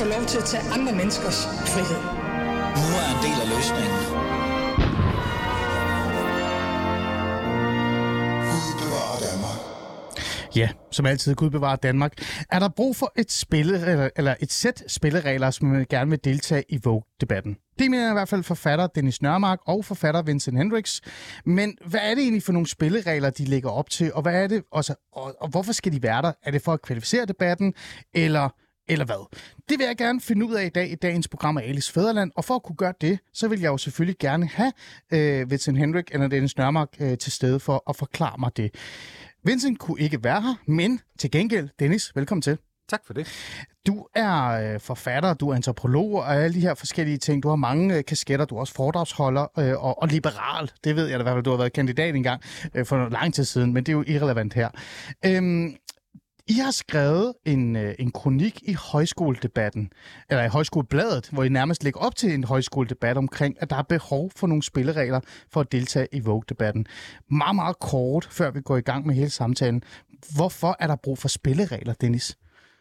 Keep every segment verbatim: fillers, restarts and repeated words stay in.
få lov til at tage andre menneskers frihed. Nu er en del af løsningen. Ja, som altid, Gud bevarer Danmark. Er der brug for et spille, eller, eller et sæt spilleregler, som man gerne vil deltage i Vogue-debatten? Det mener i hvert fald forfatter Dennis Nørmark og forfatter Vincent Hendricks. Men hvad er det egentlig for nogle spilleregler, de lægger op til, og hvad er det også, og, og hvorfor skal de være der? Er det for at kvalificere debatten, eller eller hvad? Det vil jeg gerne finde ud af i dag i dagens program af Alice Fæderland, og for at kunne gøre det, så vil jeg jo selvfølgelig gerne have øh, Vincent Hendrick eller Dennis Nørmark øh, til stede for at forklare mig det. Vincent kunne ikke være her, men til gengæld, Dennis, velkommen til. Tak for det. Du er øh, forfatter, du er antropolog og alle de her forskellige ting. Du har mange øh, kasketter, du er også foredragsholder øh, og, og liberal. Det ved jeg da i hvert fald, du har været kandidat engang øh, for lang tid siden, men det er jo irrelevant her. Øhm, I har skrevet en, øh, en kronik i højskoledebatten, eller i højskolebladet, hvor I nærmest lægger op til en højskoledebat omkring, at der er behov for nogle spilleregler for at deltage i Vogue-debatten. Meget, meget kort, før vi går i gang med hele samtalen. Hvorfor er der brug for spilleregler, Dennis?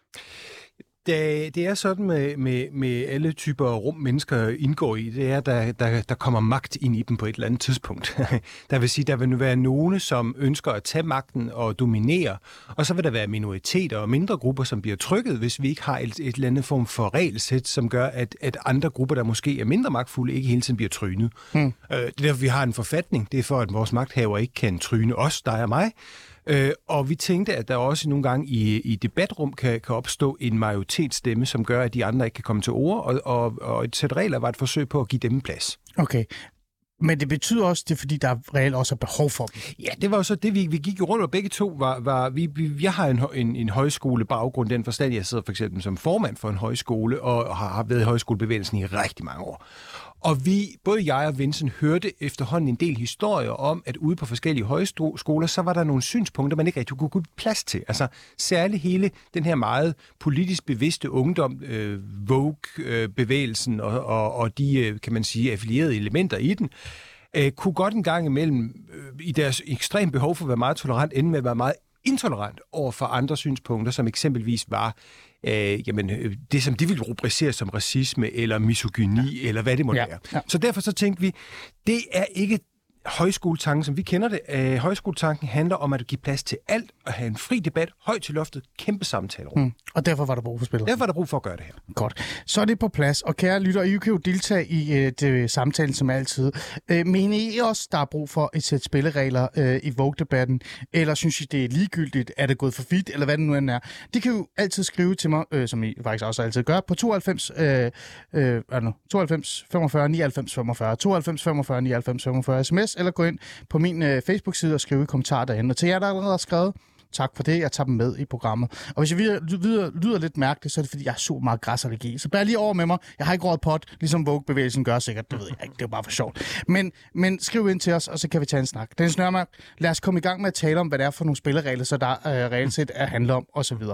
Det, det er sådan med, med, med alle typer rum, mennesker indgår i. Det er, der, der, der kommer magt ind i dem på et eller andet tidspunkt. Der vil sige, der vil nu være nogen, som ønsker at tage magten og dominere, og så vil der være minoriteter og mindre grupper, som bliver trykket, hvis vi ikke har et, et eller andet form for regelsæt, som gør, at, at andre grupper, der måske er mindre magtfulde, ikke hele tiden bliver trynet. Hmm. Det er derfor, vi har en forfatning. Det er for, at vores magthaver ikke kan tryne os, dig og mig. Øh, og vi tænkte, at der også nogle gange i, i debatrum kan, kan opstå en majoritetsstemme, som gør, at de andre ikke kan komme til ord, og, og, og et sæt regler var et forsøg på at give dem plads. Okay. Men det betyder også, det er fordi, der reelt også er behov for dem. Ja, det var jo så det, vi, vi gik rundt, og begge to var... var vi, vi, jeg har en, en, en højskolebaggrund, den forstand, jeg sidder for eksempel som formand for en højskole, og har været i højskolebevægelsen i rigtig mange år. Og vi, både jeg og Vincent, hørte efterhånden en del historier om, at ude på forskellige højskoler, så var der nogle synspunkter, man ikke rigtig kunne give plads til. Altså særligt hele den her meget politisk bevidste ungdom, øh, Vogue-bevægelsen og, og, og de, kan man sige, affilierede elementer i den, øh, kunne godt en gang imellem øh, i deres ekstrem behov for at være meget tolerant, ende med at være meget intolerant over for andre synspunkter, som eksempelvis var øh, jamen, det, som de ville rubricere som racisme eller misogyni, ja. eller hvad det måtte ja. være. Ja. Så derfor så tænkte vi, det er ikke højskoletanken, som vi kender det. Øh, højskoletanken handler om at give plads til alt, og have en fri debat, højt til loftet, kæmpe samtalerum. Mm. Og derfor var der brug for spillet. Derfor var der brug for at gøre det her. Godt. Så er det på plads. Og kære lytter, I kan jo deltage i øh, det, samtalen som altid. Øh, mener I også, der er brug for et sæt spilleregler øh, i Vogue-debatten? Eller synes I, det er ligegyldigt? Er det gået for vidt? Eller hvad det nu end er? De kan jo altid skrive til mig, øh, som I faktisk også altid gør, på tooghalvfems, øh, øh, tooghalvfems femogfyrre nioghalvfems femogfyrre, tooghalvfems femogfyrre nioghalvfems femogfyrre sms, eller gå ind på min øh, Facebook-side og skrive i kommentarer derinde. Og til jer, der allerede har skrevet, tak for det. Jeg tager dem med i programmet. Og hvis jeg lyder, lyder, lyder lidt mærkeligt, så er det, fordi jeg har super meget græsallergi. Så bær lige over med mig. Jeg har ikke råd pot, ligesom Vogue-bevægelsen gør sikkert. Det ved jeg ikke. Det er jo bare for sjovt. Men, men skriv ind til os, og så kan vi tage en snak. Dennis Nørmark, lad os komme i gang med at tale om, hvad det er for nogle spilleregler, så der øh, reelt set er handler om, og så videre.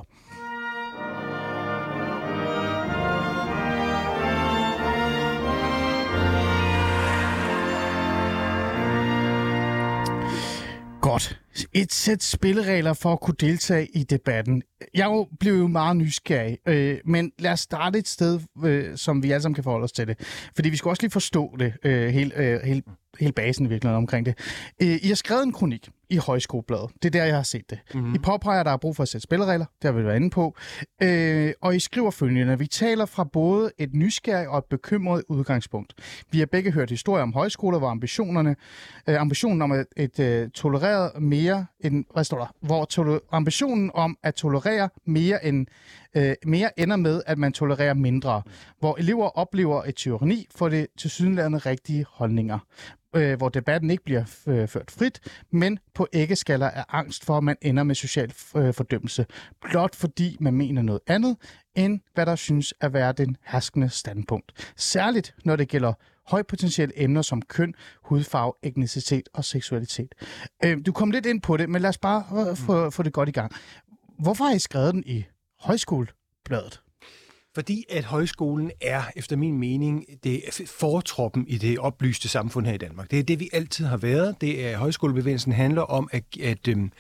Godt. Et sæt spilleregler for at kunne deltage i debatten. Jeg blev jo meget nysgerrig, øh, men lad os starte et sted, øh, som vi alle sammen kan forholde os til det. Fordi vi skal også lige forstå det, øh, hele, øh, hele, hele basen i virkeligheden omkring det. Øh, I har skrevet en kronik i højskolebladet. Det er der, jeg har set det. Mm-hmm. I påpeger, at der er brug for at sætte spilleregler. Det har vi været inde på. Øh, og I skriver følgende. Vi taler fra både et nysgerrigt og et bekymret udgangspunkt. Vi har begge hørt historier om højskoler, hvor ambitionerne, øh, ambitionen om at et, øh, tolerere mere end, hvad står der? Hvor tole, ambitionen om at tolerere mere end øh, mere ender med, at man tolererer mindre. Hvor elever oplever et tyranni for det tilsyneladende rigtige holdninger. Øh, hvor debatten ikke bliver øh, ført frit, men på æggeskaller af angst for, at man ender med social øh, fordømmelse. Blot fordi man mener noget andet, end hvad der synes at være den herskende standpunkt. Særligt når det gælder højpotentielle emner som køn, hudfarve, etnicitet og seksualitet. Øh, du kom lidt ind på det, men lad os bare øh, få, få det godt i gang. Hvorfor har I skrevet den i højskolebladet? Fordi at højskolen er, efter min mening, det fortroppen i det oplyste samfund her i Danmark. Det er det, vi altid har været. Det er, højskolebevægelsen handler om, at, at,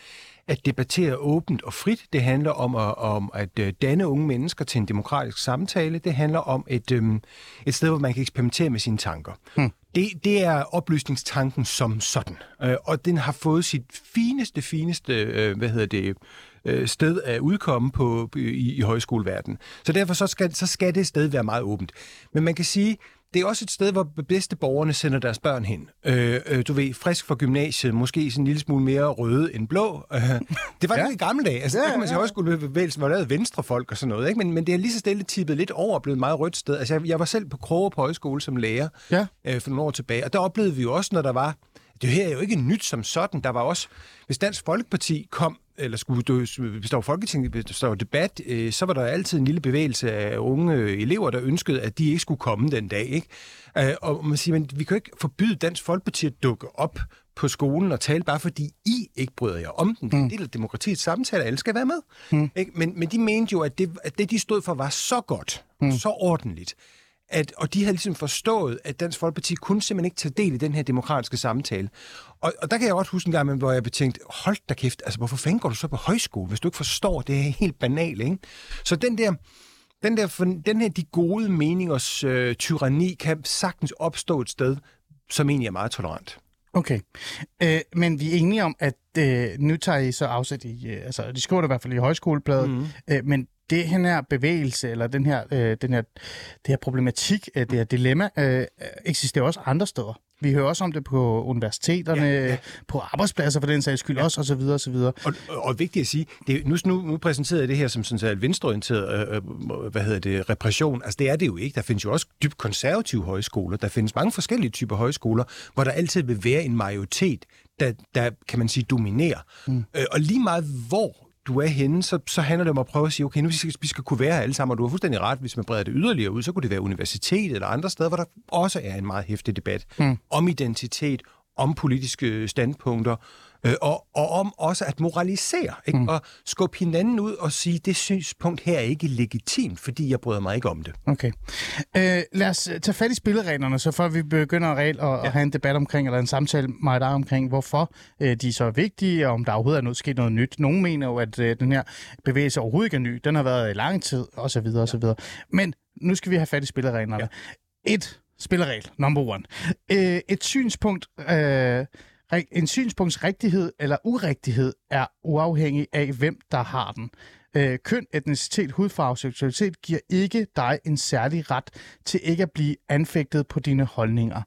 at debattere åbent og frit. Det handler om at, om at danne unge mennesker til en demokratisk samtale. Det handler om et, øhm, et sted, hvor man kan eksperimentere med sine tanker. Hmm. Det, det er oplysningstanken som sådan. Øh, og den har fået sit fineste, fineste øh, hvad hedder det, øh, sted at udkomme på, i, i højskoleverdenen. Så derfor så skal, så skal det sted være meget åbent. Men man kan sige, det er også et sted, hvor bedste borgerne sender deres børn hen. Øh, øh, du ved, frisk fra gymnasiet, måske sådan en lille smule mere røde end blå. Øh, det var ja. det i gamle dage. Altså, ja, der kan man sige, ja. Højskolebevægelsen var lavet venstrefolk og sådan noget, ikke? Men, men det er lige så stille tippet lidt over og blevet et meget rødt sted. Altså, jeg, jeg var selv på Kroger på højskole som lærer ja. øh, for nogle år tilbage, og der oplevede vi jo også, når der var... Det her er jo ikke nyt som sådan. Der var også... Hvis Dansk Folkeparti kom, eller skulle, hvis der var folketing, hvis der var debat, øh, så var der altid en lille bevægelse af unge elever, der ønskede, at de ikke skulle komme den dag, ikke? Øh, og man siger, men vi kan jo ikke forbyde Dansk Folkeparti at dukke op på skolen og tale, bare fordi I ikke bryder jer om den. Det er en del af demokratiets samtale, alle skal være med. Mm. Ikke? Men, men de mente jo, at det, at det, de stod for, var så godt, mm. så ordentligt, At, og de havde ligesom forstået, at Dansk Folkeparti kunne simpelthen ikke tage del i den her demokratiske samtale. Og, og der kan jeg godt huske en gang, hvor jeg betænkte, hold da kæft, altså hvorfor fanden går du så på højskole, hvis du ikke forstår, det er helt banalt, ikke? Så den der, den der, den her de gode meningers øh, tyranni kan sagtens opstå et sted, som egentlig er meget tolerant. Okay, øh, men vi er enige om, at øh, nu tager I så afsæt i, øh, altså de skriver det i hvert fald i højskolebladet, mm-hmm. øh, men det her bevægelse, eller den her, øh, den her, det her problematik, øh, det her dilemma, øh, eksisterer også andre steder. Vi hører også om det på universiteterne, ja, ja. på arbejdspladser for den sags skyld ja. også, og så videre, og så videre. Og, og, og vigtigt at sige, det, nu, nu, nu præsenterede jeg det her som sådan en venstreorienteret, øh, hvad hedder det, repression. Altså det er det jo ikke. Der findes jo også dybt konservative højskoler. Der findes mange forskellige typer højskoler, hvor der altid vil være en majoritet, der, der kan man sige, dominerer. Mm. Øh, og lige meget hvor du er henne, så, så handler det om at prøve at sige, okay, nu skal vi skal kunne være her alle sammen, og du har fuldstændig ret, hvis man breder det yderligere ud, så kunne det være universitet eller andre steder, hvor der også er en meget heftig debat mm. om identitet, om politiske standpunkter, øh, og, og om også at moralisere, ikke? Mm. Og skubbe hinanden ud og sige, det synspunkt her er ikke legitimt, fordi jeg bryder mig ikke om det. Okay. Øh, lad os tage fat i spillereglerne, så før vi begynder reelt at, ja. at have en debat omkring, eller en samtale med dig omkring, hvorfor øh, de er så vigtige, og om der overhovedet er noget, sket noget nyt. Nogle mener jo, at øh, den her bevægelse overhovedet ikke er ny. Den har været i lang tid, osv. Ja. osv. Men nu skal vi have fat i spillereglerne. Ja. Et spilleregel, number one. Øh, et synspunkt... Øh, En synspunkts rigtighed eller urigtighed er uafhængig af, hvem der har den. Øh, køn, etnicitet, hudfarve, seksualitet giver ikke dig en særlig ret til ikke at blive anfægtet på dine holdninger.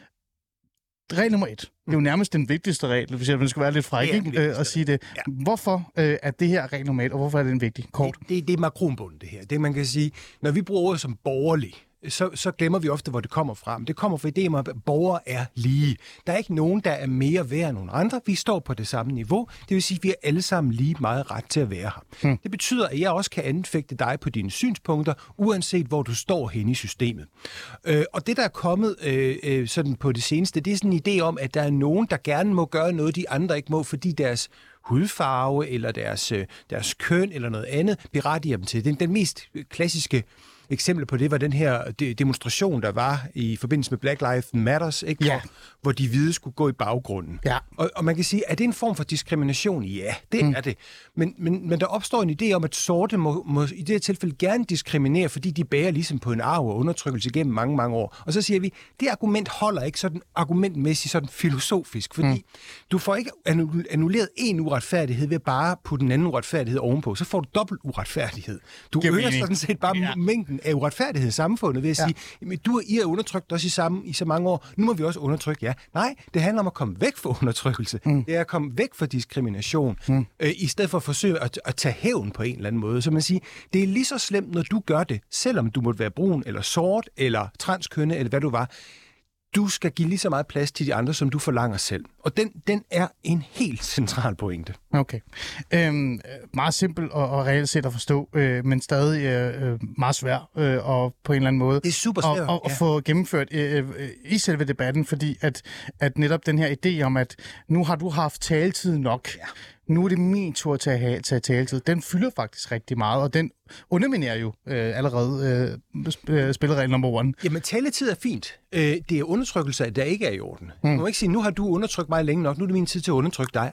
Regel nummer et. Det er jo nærmest den vigtigste regel, hvis jeg skal være lidt fræk øh, at sige det. Ja. Hvorfor øh, er det her regel nummer et, og hvorfor er det en vigtig? Kort. Det, det, det er makronbunden, det her. Det man kan sige, når vi bruger ordet som borgerlig, Så, så glemmer vi ofte, hvor det kommer fra. Det kommer fra ideen om, at borgere er lige. Der er ikke nogen, der er mere værd end nogen andre. Vi står på det samme niveau. Det vil sige, at vi er alle sammen lige meget ret til at være her. Hmm. Det betyder, at jeg også kan anfægte dig på dine synspunkter, uanset hvor du står henne i systemet. Øh, og det, der er kommet øh, øh, sådan på det seneste, det er sådan en idé om, at der er nogen, der gerne må gøre noget, de andre ikke må, fordi deres hudfarve eller deres, deres køn eller noget andet berettiger dem til. Den, den mest klassiske eksempel på det var den her demonstration, der var i forbindelse med Black Lives Matters, ikke? Ja. Hvor, hvor de hvide skulle gå i baggrunden. Ja. Og, og man kan sige, er det en form for diskrimination? Ja, det mm. er det. Men, men, men der opstår en idé om, at sorte må, må i det her tilfælde gerne diskriminere, fordi de bærer ligesom på en arv og undertrykkelse gennem mange, mange år. Og så siger vi, det argument holder ikke sådan argumentmæssigt, sådan filosofisk, fordi mm. du får ikke annulleret en uretfærdighed ved bare på den anden uretfærdighed ovenpå. Så får du dobbelt uretfærdighed. Du øger sådan set bare ja. mængden af uretfærdighed i samfundet ved at ja. sige, jamen, du og I er undertrykt også i, samme, i så mange år, nu må vi også undertrykke jer. Nej, det handler om at komme væk fra undertrykkelse. Mm. Det er at komme væk fra diskrimination, mm. øh, i stedet for at forsøge at, at tage hævn på en eller anden måde. Så man siger, det er lige så slemt, når du gør det, selvom du måtte være brun, eller sort, eller transkønnet, eller hvad du var. Du skal give lige så meget plads til de andre, som du forlanger selv. Og den, den er en helt central pointe. Okay. Øhm, meget simpelt og, og reelt set at forstå, øh, men stadig øh, meget svært øh, og på en eller anden måde. Det er super svært. Og, og, ja. og få gennemført øh, øh, i selve debatten, fordi at, at netop den her idé om, at nu har du haft taletid nok. Ja. Nu er det min tur til at have til at taletid. Den fylder faktisk rigtig meget, og den underminerer jo øh, allerede øh, spilleregel nummer one. Jamen, taletid er fint. Øh, det er undertrykkelse, der ikke er i orden. Mm. Man må ikke sige, nu har du undertrykt mig længe nok, nu er det min tid til at undertrykke dig. Ej,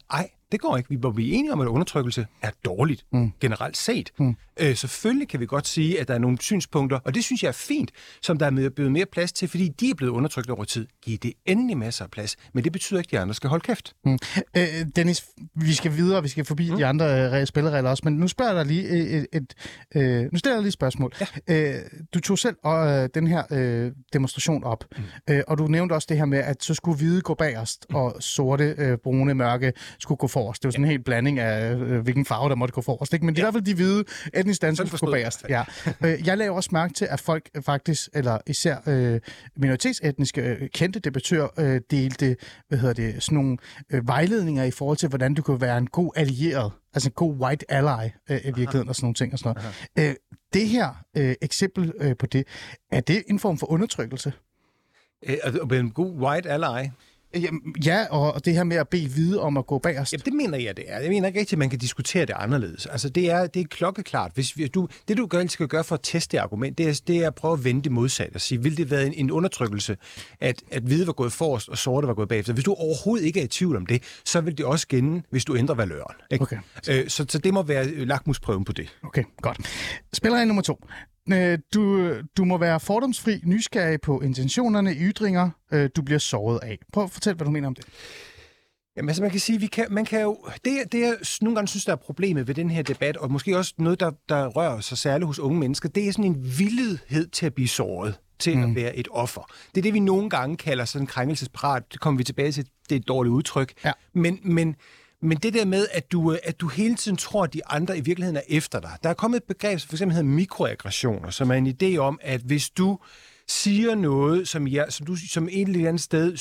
Det går ikke. Vi må blive enige om, at undertrykkelse er dårligt, mm. generelt set. Mm. Øh, selvfølgelig kan vi godt sige, at der er nogle synspunkter, og det synes jeg er fint, som der er blevet mere plads til, fordi de er blevet undertrykt over tid. Giv det endelig masser af plads, men det betyder ikke, at de andre skal holde kæft. Mm. Øh, Dennis, vi skal videre, vi skal forbi mm. de andre øh, spilleregler også, men nu spørger jeg dig lige et, et, øh, nu stiller jeg lige et spørgsmål. Ja. Øh, du tog selv øh, den her øh, demonstration op, mm. øh, og du nævnte også det her med, at så skulle hvide gå bagerst, mm. og sorte, øh, brune, mørke skulle gå forrest. Det var sådan en hel blanding af, øh, hvilken farve, der måtte gå forrest. Ikke? Men ja. i hvert fald de hvide etnisk danskere skulle gå bagerst. Ja. øh, jeg lavede også mærke til, at folk faktisk, eller især øh, minoritetsetniske øh, kendte debattører, øh, delte hvad hedder det, sådan nogle øh, vejledninger i forhold til, hvordan du kunne være en god allieret, altså en god white ally øh, i virkeligheden, og sådan nogle ting og sådan noget. Øh, det her øh, eksempel øh, på det, er det en form for undertrykkelse? Øh, en god white ally? Ja, og det her med at bede hvide om at gå bagerst. Jamen, det mener jeg, det er. Jeg mener ikke rigtig, at man kan diskutere det anderledes. Altså, det er, det er klokkeklart. Hvis vi, du, det, du gør, skal gøre for at teste det argument, det er, det er at prøve at vende det modsat og sige, vil det være en, en undertrykkelse, at, at hvide var gået forrest, og sorte var gået bagefter? Hvis du overhovedet ikke er i tvivl om det, så vil det også gælde, hvis du ændrer valøren. Ikke? Okay. Øh, så, så det må være lakmusprøven på det. Okay, godt. Spilregel nummer to. Du, du må være fordomsfri, nysgerrig på intentionerne, ytringer, du bliver såret af. Prøv at fortælle, hvad du mener om det. Jamen, altså man kan sige, vi kan, man kan jo... Det, det jeg nogle gange synes, der er problemet ved den her debat, og måske også noget, der, der rører sig særligt hos unge mennesker, det er sådan en vildhed til at blive såret, til mm. at være et offer. Det er det, vi nogle gange kalder sådan krænkelsesparat. Det kommer vi tilbage til, det er et dårligt udtryk. Ja. Men... men Men det der med, at du, at du hele tiden tror, at de andre i virkeligheden er efter dig. Der er kommet et begreb, som for eksempel hedder mikroaggressioner, som er en idé om, at hvis du siger noget, som, jeg, som du som et eller andet sted,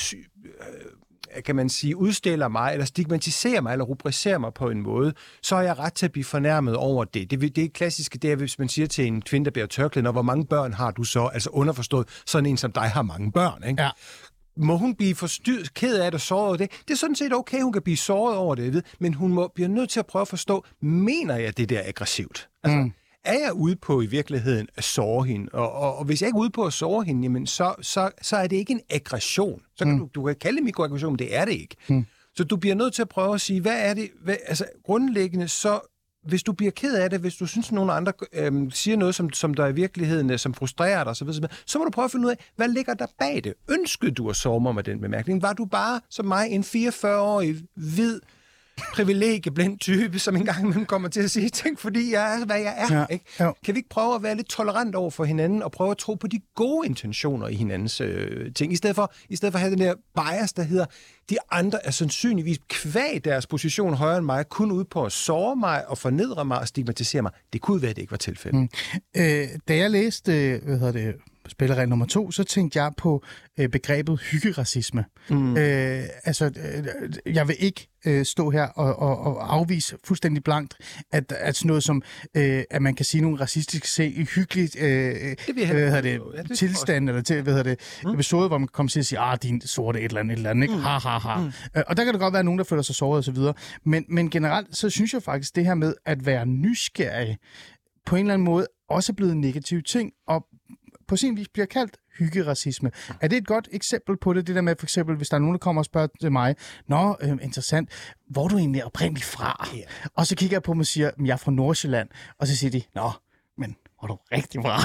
kan man sige, udstiller mig, eller stigmatiserer mig, eller rubricerer mig på en måde, så har jeg ret til at blive fornærmet over det. Det, det klassiske, det er, hvis man siger til en kvinde, der bærer tørklæde, og hvor mange børn har du så? Altså underforstået, sådan en som dig har mange børn, ikke? Ja. Må hun blive forstyrret, ked af det og såret over det? Det er sådan set okay, hun kan blive såret over det, ved, men hun må blive nødt til at prøve at forstå, mener jeg det der aggressivt? Altså, mm. er jeg ude på i virkeligheden at såre hende? Og, og, og hvis jeg ikke er ude på at såre hende, jamen, så, så, så er det ikke en aggression. Så kan mm. du, du kan kalde det mikroaggression, men det er det ikke. Mm. Så du bliver nødt til at prøve at sige, hvad er det? Hvad, altså grundlæggende så... Hvis du bliver ked af det, hvis du synes, at nogle andre øhm, siger noget, som, som der i virkeligheden som frustrerer dig, så, videre, så må du prøve at finde ud af, hvad ligger der bag det? Ønskede du at såre mig med den bemærkning? Var du bare, som mig, en fireogfyrre-årig, hvid, privilegieblind type, som engang man kommer til at sige ting, fordi jeg er, hvad jeg er. Ja, ikke? Ja. Kan vi ikke prøve at være lidt tolerant over for hinanden, og prøve at tro på de gode intentioner i hinandens øh, ting, i stedet, for, i stedet for at have den der bias, der hedder, de andre er sandsynligvis kvæg deres position højere end mig, kun ude på at såre mig og fornedre mig og stigmatisere mig. Det kunne være, at det ikke var tilfældet. Mm. Øh, da jeg læste, hvad hedder det, spilregel nummer to, så tænkte jeg på øh, begrebet hyggeracisme. Mm. Øh, altså, øh, jeg vil ikke øh, stå her og, og, og afvise fuldstændig blankt, at, at sådan noget som, øh, at man kan sige nogle racistiske, se, hyggeligt øh, det hvad det, ja, det tilstand, eller til, hvad hedder det, mm. episode, hvor man kommer til at sige, ah, din sorte et eller andet, et eller andet, ikke? Mm. Ha, ha, ha. Mm. Øh, og der kan det godt være nogen, der føler sig såret og så videre. Men, men generelt, så synes jeg faktisk, det her med at være nysgerrig, på en eller anden måde, også er blevet en negativ ting, og på sin vis bliver kaldt hyggeracisme. Er det et godt eksempel på det? Det der med for eksempel, hvis der er nogen, der kommer og spørger til mig, nå, øh, interessant, hvor er du egentlig oprindeligt fra? Yeah. Og så kigger jeg på dem og siger, jeg er fra Nordsjælland. Og så siger de, nå, men hvor er du rigtig fra?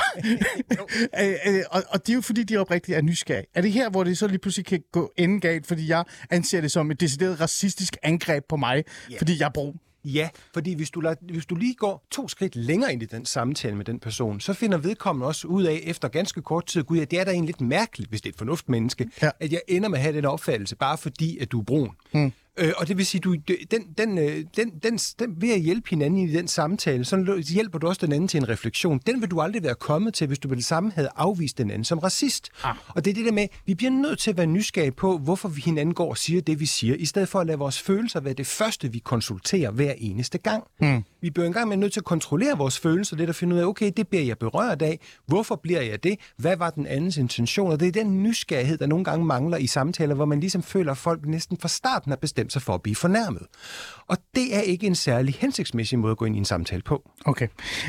øh, øh, og, og det er jo fordi, de oprigtigt er nysgerrige. Er det her, hvor det så lige pludselig kan gå enden galt, fordi jeg anser det som et decideret racistisk angreb på mig, yeah. fordi jeg er brun? Ja, fordi hvis du, lader, hvis du lige går to skridt længere ind i den samtale med den person, så finder vedkommende også ud af, efter ganske kort tid, gud, at det er da egentlig lidt mærkeligt, hvis det er et fornuftmenneske, ja. At jeg ender med at have den opfattelse, bare fordi, at du er brun. Hmm. Øh, og det vil sige, du den, den, den, den, den, ved at hjælpe hinanden i den samtale, så hjælper du også den anden til en refleksion. Den vil du aldrig være kommet til, hvis du med det samme havde afvist den anden som racist. Ah. Og det er det der med, vi bliver nødt til at være nysgerrige på, hvorfor vi hinanden går og siger det, vi siger, i stedet for at lade vores følelser være det første, vi konsulterer hver eneste gang. Mm. Vi bliver engang med nødt til at kontrollere vores følelser, det at finde ud af, okay, det bliver jeg berørt af. Hvorfor bliver jeg det? Hvad var den andens intention? Og det er den nysgerrighed, der nogle gange mangler i samtaler, hvor man ligesom føler, at folk næsten fra starten har bestemt sig for at blive fornærmet. Og det er ikke en særlig hensigtsmæssig måde at gå ind i en samtale på. Okay.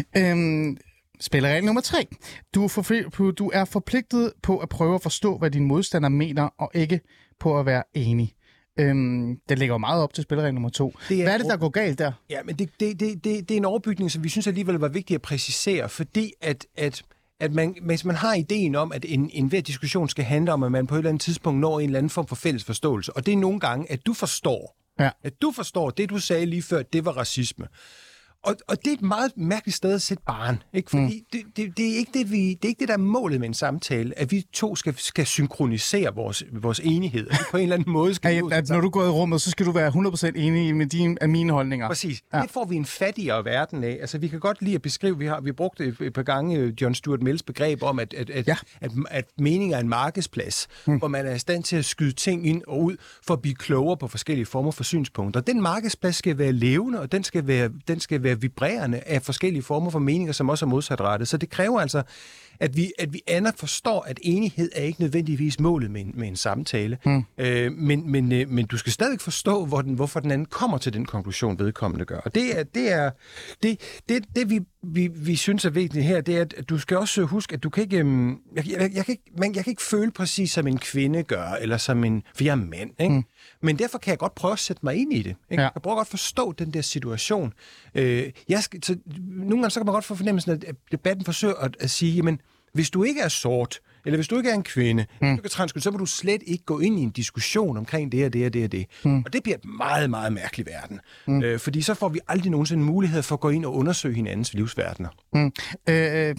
Øhm, spilleregel nummer tre. Du er, forpl- du er forpligtet på at prøve at forstå, hvad din modstander mener, og ikke på at være enig. Øhm, det ligger jo meget op til spilleregel nummer to. Det er, Hvad er det, der går galt der? Ja, men det, det, det, det, det er en overbygning, som vi synes alligevel var vigtigt at præcisere, fordi at, at, at man, hvis man har ideen om, at en, en hver diskussion skal handle om, at man på et eller andet tidspunkt når en eller anden form for fælles forståelse, og det er nogle gange, at du forstår, ja. at du forstår, det du sagde lige før, det var racisme. Og, og det er et meget mærkeligt sted at sætte barren, ikke? Fordi mm. det, det, det, er ikke det, vi, det er ikke det, der er målet med en samtale, at vi to skal, skal synkronisere vores, vores enighed. På en eller anden måde skal ja, vi... At når du går i rummet, så skal du være hundrede procent enig med dine, af mine holdninger. Præcis. Ja. Det får vi en fattigere verden af. Altså, vi kan godt lide at beskrive, vi har vi brugt et, et par gange John Stuart Mills begreb om, at, at, at, ja. at, at mening er en markedsplads, mm. hvor man er i stand til at skyde ting ind og ud, for at blive klogere på forskellige former for synspunkter. Den markedsplads skal være levende, og den skal være, den skal være vibrerende af forskellige former for meninger, som også er modsatrettet. Så det kræver altså, at vi, at vi andre forstår, at enighed er ikke nødvendigvis målet med en, med en samtale. Mm. Øh, men, men, øh, men du skal stadig forstå, hvor den, hvorfor den anden kommer til den konklusion, vedkommende gør. Og det er det, er, det, det, det vi, vi, vi synes er vigtigt her, det er, at du skal også huske, at du kan ikke... Øh, jeg, jeg, jeg, kan ikke man, jeg kan ikke føle præcis, som en kvinde gør, eller som en... For jeg er mand, ikke? Mm. Men derfor kan jeg godt prøve at sætte mig ind i det. Ikke? Ja. Jeg kan prøve at godt forstå den der situation. Øh, jeg skal, så, nogle gange så kan man godt få fornemmelsen, at debatten forsøger at, at sige, jamen, hvis du ikke er sort, eller hvis du ikke er en kvinde, mm. hvis du ikke er transkønnet, så må du slet ikke gå ind i en diskussion omkring det og det og det og det. Mm. Og det bliver et meget, meget mærkelig verden. Mm. Øh, fordi så får vi aldrig nogensinde mulighed for at gå ind og undersøge hinandens livsverdener. Mm. Øh,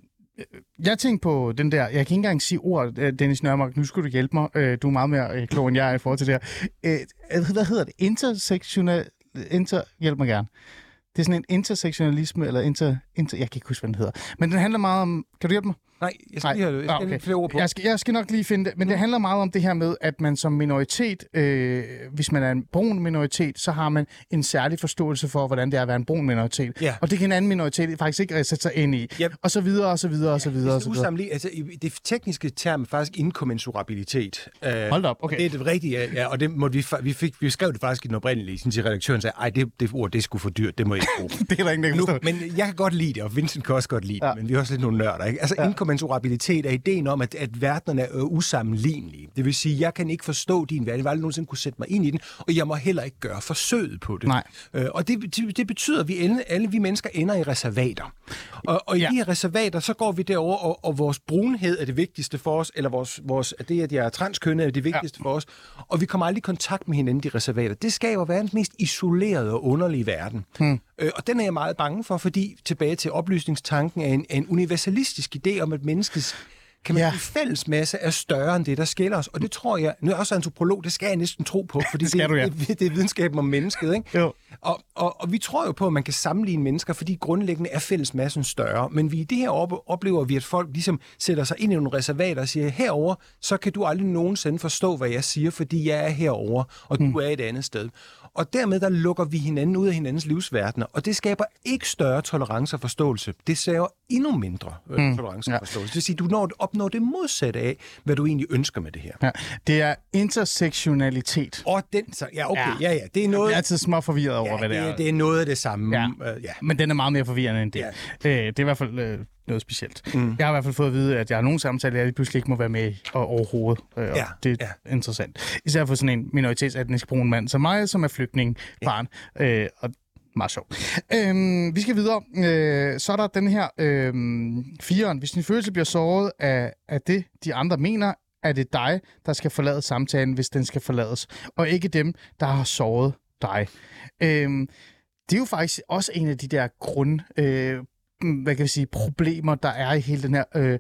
jeg tænkte på den der, jeg kan ikke engang sige ordet, Dennis Nørmark, nu skulle du hjælpe mig. Du er meget mere klog end jeg er i forhold til det her. Hvad hedder det? Intersektionel... Inter... Hjælp mig gerne. Det er sådan en intersektionalisme, eller inter, inter... Jeg kan ikke huske, hvad den hedder. Men den handler meget om... Kan du hjælpe mig? Nej, jeg skal lige have jeg skal ah, okay. flere ord på. Jeg skal, jeg skal nok lige finde det. Men mm. det handler meget om det her med, at man som minoritet, øh, hvis man er en brun minoritet, så har man en særlig forståelse for, hvordan det er at være en brun minoritet. Ja. Og det kan en anden minoritet faktisk ikke sætte sig ind i. Yep. Og så videre, og så videre, og så videre. Ja, det er usammenlig... altså, det tekniske term er faktisk inkommensurabilitet. Hold op, okay. Og det er det rigtige, ja, og det måtte vi, vi, fik, vi skrev det faktisk i den oprindelige, sådan redaktøren sagde, ej, det, det ord, det er sgu for dyrt, det må jeg ikke bruge. Det er der ingen, der nu, men jeg kan godt lide det, og Vincent kan også godt lide det, ja. Men vi er også lidt nogle nørder, ikke? Altså, ja. Inkommensurabilitet er ideen om, at, at verdenerne er usammenlignelige. Det vil sige, jeg kan ikke forstå din verden, jeg vil aldrig nogensinde kunne sætte mig ind i den, og jeg må heller ikke gøre forsøget på det. Nej. Øh, og det, det, det betyder, at vi alle, alle vi mennesker ender i reservater. Og, og i ja. de her reservater, så går vi derover, og, og vores brunhed er det vigtigste for os, eller vores, vores, det, at jeg er transkønnet, er det vigtigste ja. for os, og vi kommer aldrig i kontakt med hinanden i de reservater. Det skaber verdens mest isolerede og underlige verden. Hmm. Øh, og den er jeg meget bange for, fordi tilbage til oplysningstanken er en, en universalistisk idé om, at menneskets kan man ja. sige, fællesmasse er større end det, der skiller os. Og det tror jeg, nu er jeg også antropolog, det skal jeg næsten tro på, fordi det, du, ja. det, det, det er videnskaben om mennesket. Ikke? Jo. Og, og, og vi tror jo på, at man kan sammenligne mennesker, fordi grundlæggende er fællesmassen større. Men vi i det her oplever vi, at folk ligesom sætter sig ind i nogle reservater og siger, herover så kan du aldrig nogensinde forstå, hvad jeg siger, fordi jeg er herover og du mm. er et andet sted. Og dermed der lukker vi hinanden ud af hinandens livsverdener, og det skaber ikke større tolerance og forståelse. Det skaber endnu mindre øh, mm. tolerance og ja. forståelse. Det vil sige, du når, opnår det modsatte af, hvad du egentlig ønsker med det her. Ja. Det er intersektionalitet. Og den, så, ja, okay, ja, ja, ja. Det er noget... Jeg er altid små forvirret over, ja, hvad det er. Det er noget af det samme. Ja. Uh, ja. Men den er meget mere forvirrende end det. Ja. Øh, det er i hvert fald øh, noget specielt. Mm. Jeg har i hvert fald fået at vide, at jeg har nogle samtaler, jeg lige pludselig ikke må være med i overhovedet. Øh, ja. Det er ja. interessant. Især for sådan en minoritetsetnisk brun mand som mig, som er flygtning, barn. Ja. Øh, og meget sjovt. Øhm, vi skal videre. Øh, så er der den her øh, firen. Hvis din følelse bliver såret af, af det, de andre mener, er det dig, der skal forlade samtalen, hvis den skal forlades, og ikke dem, der har såret dig. Øh, det er jo faktisk også en af de der grund, øh, hvad kan vi sige, problemer, der er i hele den her øh,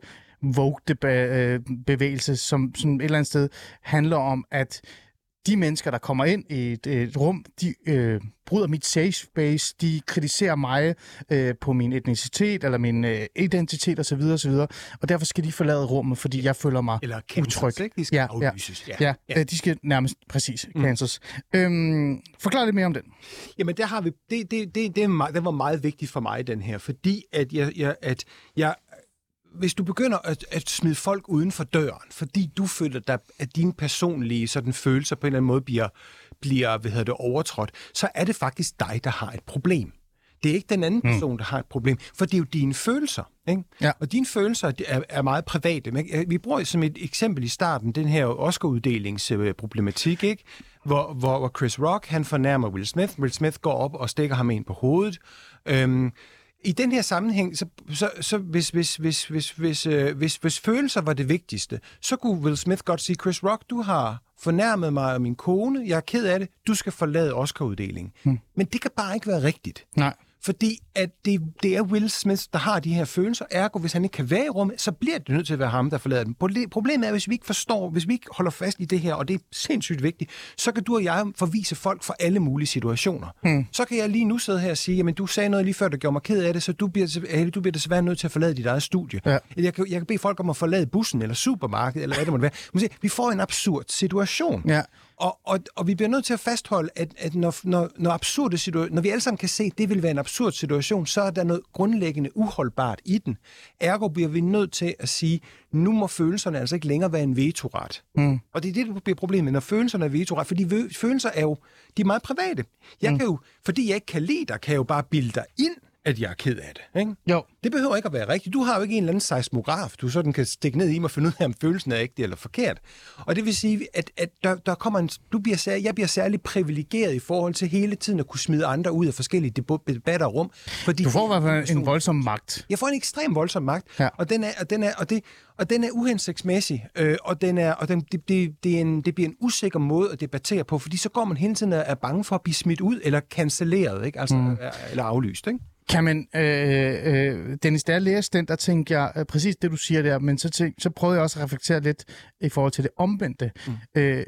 Vogue-bevægelse, som, som et eller andet sted handler om, at de mennesker, der kommer ind i et, et rum, de øh, bryder mit safe space, de kritiserer mig øh, på min etnicitet eller min øh, identitet osv. osv. Og derfor skal de forlade rummet, fordi jeg føler mig eller utryg. Eller de skal ja, aflyses. Ja, ja, ja. De skal nærmest præcis mm. cancels. Øhm, forklar lidt mere om den. Jamen, der har vi, det, det, det, det, er, det var meget vigtigt for mig, den her, fordi at jeg, jeg, at jeg hvis du begynder at, at smide folk uden for døren, fordi du føler, dig, at dine personlige sådan, følelser på en eller anden måde bliver, bliver hvad hedder det, overtrådt, så er det faktisk dig, der har et problem. Det er ikke den anden person, mm. der har et problem, for det er jo dine følelser. Ikke? Ja. Og dine følelser er, er meget private. Men vi bruger som et eksempel i starten den her Oscar-uddelingsproblematik, ikke? Hvor, hvor, hvor Chris Rock han fornærmer Will Smith. Will Smith går op og stikker ham ind på hovedet. Øhm, I den her sammenhæng, så, så, så hvis, hvis, hvis, hvis, hvis, øh, hvis, hvis følelser var det vigtigste, så kunne Will Smith godt sige, Chris Rock, du har fornærmet mig og min kone, jeg er ked af det, du skal forlade Oscar-uddelingen. Hmm. Men det kan bare ikke være rigtigt. Nej. Fordi at det, det er Will Smith, der har de her følelser. Ergo, hvis han ikke kan være i rummet, så bliver det nødt til at være ham, der forlader dem. Problemet er, hvis vi ikke forstår, hvis vi ikke holder fast i det her, og det er sindssygt vigtigt, så kan du og jeg forvise folk for alle mulige situationer. Hmm. Så kan jeg lige nu sidde her og sige, jamen du sagde noget lige før, der gjorde mig ked af det, så du bliver, du bliver desværre nødt til at forlade dit eget studie. Ja. Jeg, kan, jeg kan bede folk om at forlade bussen, eller supermarkedet, eller hvad det måtte være. Men se, vi får en absurd situation. Ja. Og, og, og vi bliver nødt til at fastholde, at, at når, når, når, absurde situa- når vi alle sammen kan se, at det vil være en absurd situation, så er der noget grundlæggende uholdbart i den. Ergo bliver vi nødt til at sige, nu må følelserne altså ikke længere være en vetoret. Mm. Og det er det, der bliver problemet, når følelserne er vetoret. For de følelser er jo de er meget private. Jeg mm. kan jo, fordi jeg ikke kan lide dig, kan jeg jo bare bilde dig ind, at jeg er ked af det. Ikke? Jo. Det behøver ikke at være rigtigt. Du har jo ikke en eller anden seismograf, du sådan kan stikke ned i mig og finde ud af, om følelsen er ægte eller forkert. Og det vil sige, at, at der, der kommer en, du bliver særlig, jeg bliver særlig privilegeret i forhold til hele tiden at kunne smide andre ud af forskellige debatter og rum. Fordi du får i hvert fald en voldsom magt. Jeg får en ekstrem voldsom magt, ja. og den er, og den er, og det, og den er uhensigtsmæssig, øh, og den er, og den, det, det, det, er en, det bliver en usikker måde at debattere på, fordi så går man hele tiden og er bange for at blive smidt ud eller cancelleret, ikke? Altså, mm. eller aflyst, ikke? Kan man, øh, øh, Dennis, da jeg læste den, der tænkte jeg øh, præcis det, du siger der, men så, tænk, så prøvede jeg også at reflektere lidt i forhold til det omvendte. Mm. Øh,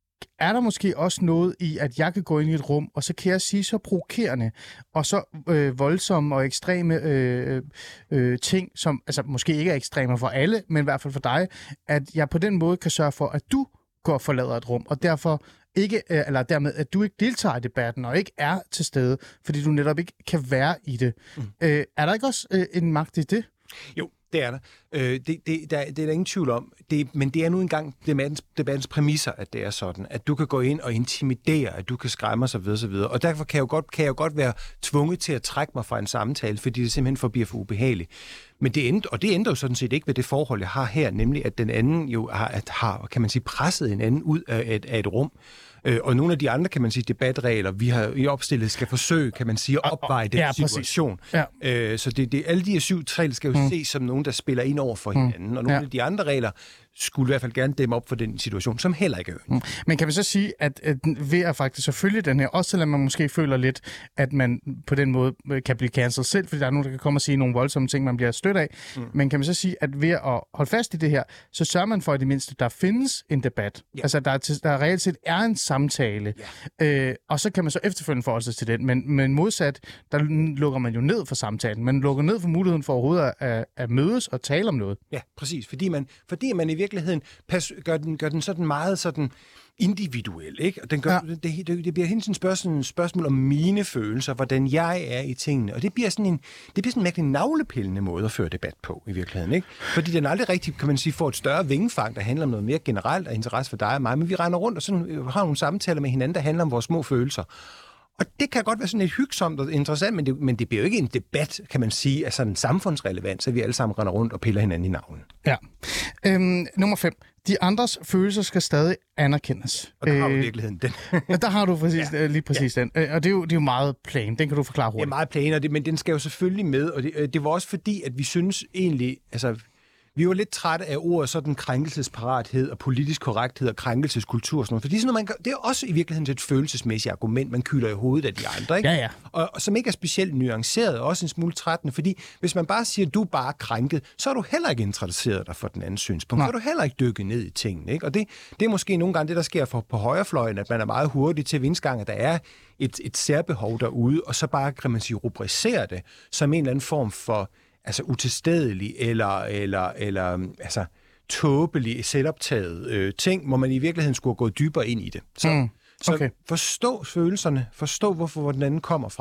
er der måske også noget i, at jeg kan gå ind i et rum, og så kan jeg sige så provokerende, og så øh, voldsomme og ekstreme øh, øh, ting, som altså måske ikke er ekstreme for alle, men i hvert fald for dig, at jeg på den måde kan sørge for, at du går og forlader et rum, og derfor ikke, eller dermed, at du ikke deltager i debatten og ikke er til stede, fordi du netop ikke kan være i det. Mm. Øh, er der ikke også øh, en magt i det? Jo, det er der. Øh, det, det, der. Det er der ingen tvivl om. Det, men det er nu engang debattens, debattens præmisser, at det er sådan, at du kan gå ind og intimidere, at du kan skræmme os og videre, så videre. Og derfor kan jeg, jo godt, kan jeg jo godt være tvunget til at trække mig fra en samtale, fordi det simpelthen forbliver for ubehageligt. Men det ændrer, og det ændrer jo sådan set ikke ved det forhold, jeg har her, nemlig at den anden jo har, at har kan man sige, presset en anden ud af et, af et rum. Øh, og nogle af de andre, kan man sige, debatregler, vi har i opstillet, skal forsøge, kan man sige, at opveje den ja, situation. Ja. Øh, så det, det, alle de her syv regler skal jo mm. ses som nogen, der spiller ind over for hinanden. Mm. Og nogle ja. af de andre regler skulle i hvert fald gerne dæmme op for den situation, som heller ikke er ønsket. Mm. Men kan vi så sige, at, at ved at faktisk selvfølgelig den her, også selvom man måske føler lidt, at man på den måde kan blive cancelled selv, fordi der er nogen, der kan komme og sige nogle voldsomme ting, man bliver stødt af. Mm. Men kan man så sige, at ved at holde fast i det her, så sørger man for, at i det mindste, der findes en debat. Ja. Altså, der, er, der reelt set er en samtale. Ja. Øh, og så kan man så efterfølgende forholde sig til den. Men, men modsat, der lukker man jo ned for samtalen. Man lukker ned for muligheden for overhovedet at, at mødes og tale om noget. Ja, præcis. Fordi man, fordi man i virkeligheden pas, gør, den, gør den sådan meget sådan individuel, ikke? Og den gør, ja. det, det, det bliver hele tiden spørgsmål, spørgsmål om mine følelser, hvordan jeg er i tingene. Og det bliver sådan en, det bliver sådan en mærkelig navlepillende måde at føre debat på i virkeligheden, ikke? Fordi den aldrig rigtig, kan man sige, får et større vingefang, der handler om noget mere generelt af interesse for dig og mig, men vi render rundt og sådan, har nogle samtaler med hinanden, der handler om vores små følelser. Og det kan godt være sådan lidt hyggesomt og interessant, men det, men det bliver jo ikke en debat, kan man sige, af sådan en samfundsrelevans, så vi alle sammen render rundt og piller hinanden i navlen. Ja. Øhm, nummer fem. De andres følelser skal stadig anerkendes. Og der har du i virkeligheden den. Ja, der har du præcis, ja. lige præcis ja. den. Og det er, jo, det er jo meget plain. Den kan du forklare hurtigt. Det er meget plain, og det, men den skal jo selvfølgelig med. Og det, det var også fordi, at vi synes egentlig, altså vi var lidt trætte af ordet sådan krænkelsesparathed og politisk korrekthed og krænkelseskultur og sådan noget. Fordi sådan noget, man kan, det er også i virkeligheden et følelsesmæssigt argument, man kylder i hovedet af de andre, ikke? Ja, ja. Og, og som ikke er specielt nuanceret, og også en smule trættende, fordi hvis man bare siger, at du er bare krænket, så er du heller ikke interesseret dig for den anden synspunkt. Nej. Så er du heller ikke dykket ned i tingene, ikke? Og det, det er måske nogle gange det, der sker for, på højrefløjen, at man er meget hurtig til vindsgang, at der er et, et særbehov derude, og så bare, kan man sige, rubricere det som en eller anden form for altså utilstedelig eller, eller, eller altså, tåbelig, selvoptaget øh, ting, hvor man i virkeligheden skulle gå dybere ind i det. Så, mm, okay. så forstå følelserne, forstå, hvorfor hvor den anden kommer fra,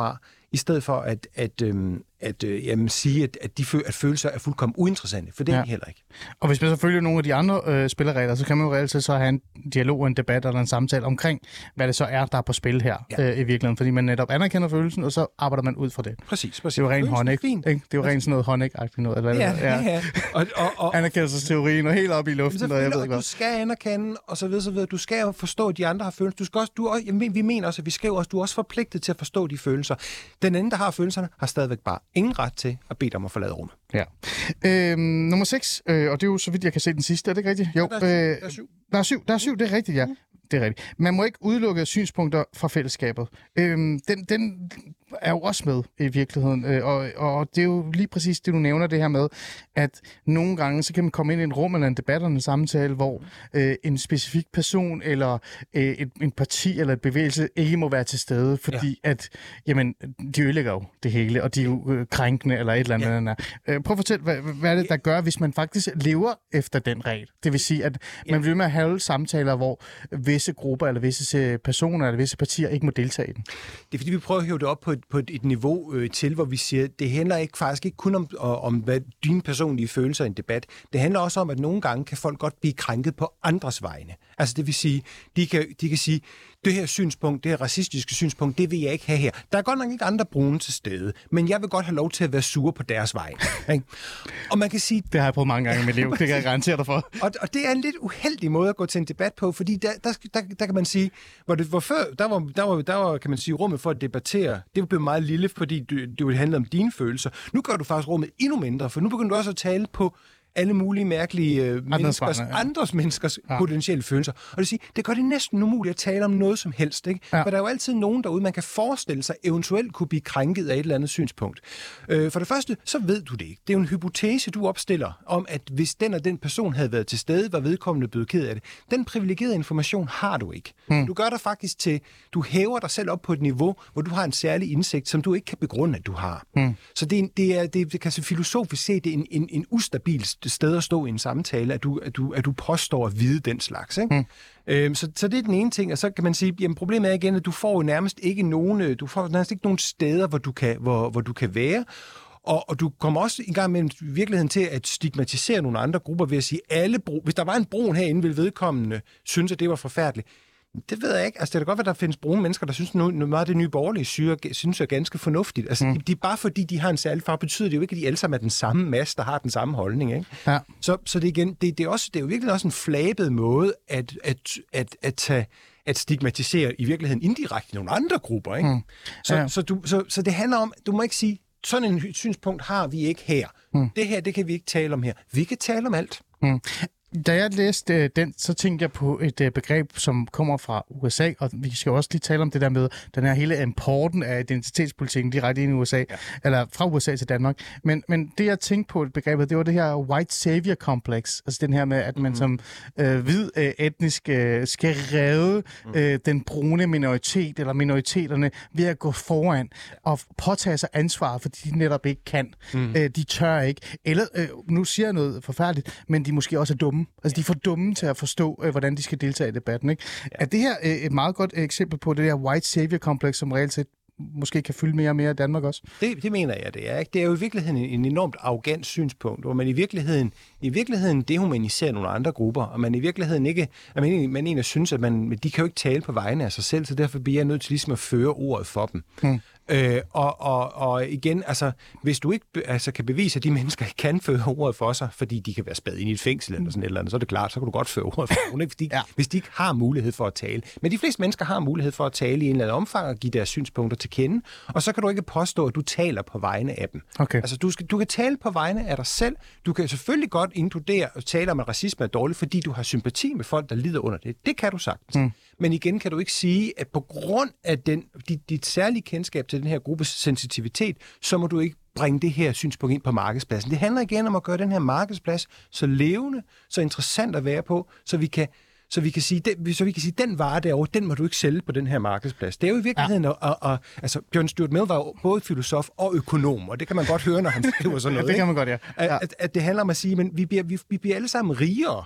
i stedet for at, at, øhm, at øh, jamen, sige, at, at, de fø- at følelser er fuldkommen uinteressante, for det er ja. de heller ikke. Og hvis man så følger nogle af de andre øh, spilleregler, så kan man jo reelt set så have en dialog, en debat eller en samtale omkring, hvad det så er, der er på spil her ja. øh, i virkeligheden, fordi man netop anerkender følelsen, og så arbejder man ud fra det. Præcis, præcis. Det er jo rent Honeck, ikke? Det er jo rent sådan noget Honeck-agtigt noget. Eller ja, det, ja, ja. Og, og, og, anerkendelsesteorien og helt op i luften, og jeg ved ikke du skal anerkende, og så videre, så videre. Du skal jo forstå, at de andre har følelser. Du skal også, du, jamen, vi mener også, at vi skriver også, du er også forpligtet til at forstå de følelser. Den anden, der har følelserne, har stadigvæk bare ingen ret til at bede dig om at forlade rummet. Ja. Øhm, nummer seks, øh, og det er jo så vidt jeg kan se den sidste, er det ikke rigtigt? Jo, ja, der, er syv, øh, der er syv. Der er syv, der er syv, det er rigtigt, ja. Mm. Det er rigtigt. Man må ikke udelukke synspunkter fra fællesskabet. Øhm, den, den er jo også med i virkeligheden, øh, og, og det er jo lige præcis det, du nævner, det her med, at nogle gange, så kan man komme ind i en rum eller en debat eller en samtale, hvor øh, en specifik person eller øh, et, en parti eller et bevægelse ikke må være til stede, fordi ja. at, jamen, de ødelægger jo det hele, og de er jo øh, krænkende eller et eller andet. Ja. andet. Øh, prøv at fortælle, hvad, hvad er det, der gør, hvis man faktisk lever efter den regel? Det vil sige, at ja. man bliver med at have samtaler, hvor visse grupper eller visse personer eller visse partier ikke må deltage i den. Det er fordi, vi prøver at hæve det op på et, på et, et niveau øh, til, hvor vi siger, det handler ikke faktisk ikke kun om, om hvad dine personlige følelser i en debat. Det handler også om, at nogle gange kan folk godt blive krænket på andres vegne. Altså det vil sige, de kan, de kan sige, det her synspunkt, det her racistiske synspunkt, det vil jeg ikke have her. Der er godt nok ikke andre brune til stede, men jeg vil godt have lov til at være sur på deres vej. Ikke? Og man kan sige... Det har jeg prøvet mange gange i mit liv, det kan jeg garantere dig for. Og, og det er en lidt uheldig måde at gå til en debat på, fordi der, der, der, der kan man sige, hvor, det, hvor før, der var, der, var, der var, kan man sige, rummet for at debattere, det blev meget lille, fordi det, det handlede om dine følelser. Nu gør du faktisk rummet endnu mindre, for nu begynder du også at tale på alle mulige mærkelige øh, andres, menneskers, ja. andres menneskers ja. potentielle følelser. Og det vil sige, det gør det næsten umuligt at tale om noget som helst. Ikke? Ja. For der er jo altid nogen derude, man kan forestille sig, eventuelt kunne blive krænket af et eller andet synspunkt. Øh, for det første, så ved du det ikke. Det er jo en hypotese, du opstiller, om at hvis den og den person havde været til stede, var vedkommende blevet ked af det. Den privilegerede information har du ikke. Hmm. Du gør dig faktisk til, du hæver dig selv op på et niveau, hvor du har en særlig indsigt, som du ikke kan begrunde, at du har. Hmm. Så det, er, det, er, det, det kan så filosofisk se, det er en, en, en ustabil sted at stå i en samtale, at du, at du, at du påstår at vide den slags. Ikke? Mm. Øhm, så, så det er den ene ting, og så kan man sige, jamen problemet er igen, at du får jo nærmest ikke nogen, du får nærmest ikke nogen steder, hvor du kan, hvor, hvor du kan være, og, og du kommer også i gang med i virkeligheden til at stigmatisere nogle andre grupper ved at sige, alle bro, hvis der var en brun herinde, ville vedkommende synes, at det var forfærdeligt. Det ved jeg ikke. Altså, det er da godt, at der findes brune mennesker, der synes, noget meget af det nye borgerlige syre, synes er ganske fornuftigt. Altså, mm. de, de, bare fordi de har en særlig farve, betyder det jo ikke, at de alle sammen er den samme masse, der har den samme holdning. Ikke? Ja. Så, så det, igen, det, det, er også, det er jo virkelig også en flabet måde at, at, at, at, tage, at stigmatisere i virkeligheden indirekte nogle andre grupper. Ikke? Mm. Så, ja. så, du, så, så det handler om, du må ikke sige, sådan en synspunkt har vi ikke her. Mm. Det her, det kan vi ikke tale om her. Vi kan tale om alt. Mm. Da jeg læste øh, den, så tænkte jeg på et øh, begreb, som kommer fra U S A, og vi skal også lige tale om det der med den her hele importen af identitetspolitikken direkte ind i U S A, ja. eller fra U S A til Danmark. Men, men det, jeg tænkte på et begreb, det var det her white savior complex, altså den her med, at man mm. som øh, hvid øh, etnisk øh, skal redde øh, den brune minoritet, eller minoriteterne, ved at gå foran og påtage sig ansvar, fordi de netop ikke kan. Mm. Øh, de tør ikke. Eller, øh, nu siger jeg noget forfærdeligt, men de måske også er dumme. Altså, de er for dumme til at forstå, øh, hvordan de skal deltage i debatten, ikke? Ja. Er det her øh, et meget godt eksempel på det der white savior-kompleks, som reelt set måske kan fylde mere og mere i Danmark også? Det, det mener jeg, det er. Ikke? Det er jo i virkeligheden en, en enormt arrogant synspunkt, hvor man i virkeligheden, i virkeligheden dehumaniserer nogle andre grupper, og man i virkeligheden ikke, at man, man egentlig synes, at man, de kan jo ikke tale på vegne af sig selv, så derfor bliver jeg nødt til ligesom at føre ordet for dem. Hmm. Øh, og, og, og igen, altså, hvis du ikke altså, kan bevise, at de mennesker ikke kan føre ordet for sig, fordi de kan være spadet ind i et fængsel eller sådan et eller andet, så er det klart, så kan du godt føre ordet for dem, ikke? Fordi, ja. Hvis de ikke har mulighed for at tale. Men de fleste mennesker har mulighed for at tale i en eller anden omfang og give deres synspunkter til kende, og så kan du ikke påstå, at du taler på vegne af dem. Okay. Altså, du, skal, du kan tale på vegne af dig selv. Du kan selvfølgelig godt inkludere og tale om, at racisme er dårligt, fordi du har sympati med folk, der lider under det. Det kan du sagtens. Mm. Men igen kan du ikke sige, at på grund af den, dit, dit særlige kendskab til den her gruppes sensitivitet, så må du ikke bringe det her synspunkt ind på markedspladsen. Det handler igen om at gøre den her markedsplads så levende, så interessant at være på, så vi kan, så vi kan sige, den, så vi kan sige, den vare derovre, den må du ikke sælge på den her markedsplads. Det er jo i virkeligheden, ja. og, og, altså John Stuart Mill var jo både filosof og økonom, og det kan man godt høre, når han skriver sådan noget. Ja, det kan man godt, ja. ja. At, at det handler om at sige, men vi bliver, vi, vi bliver alle sammen rigere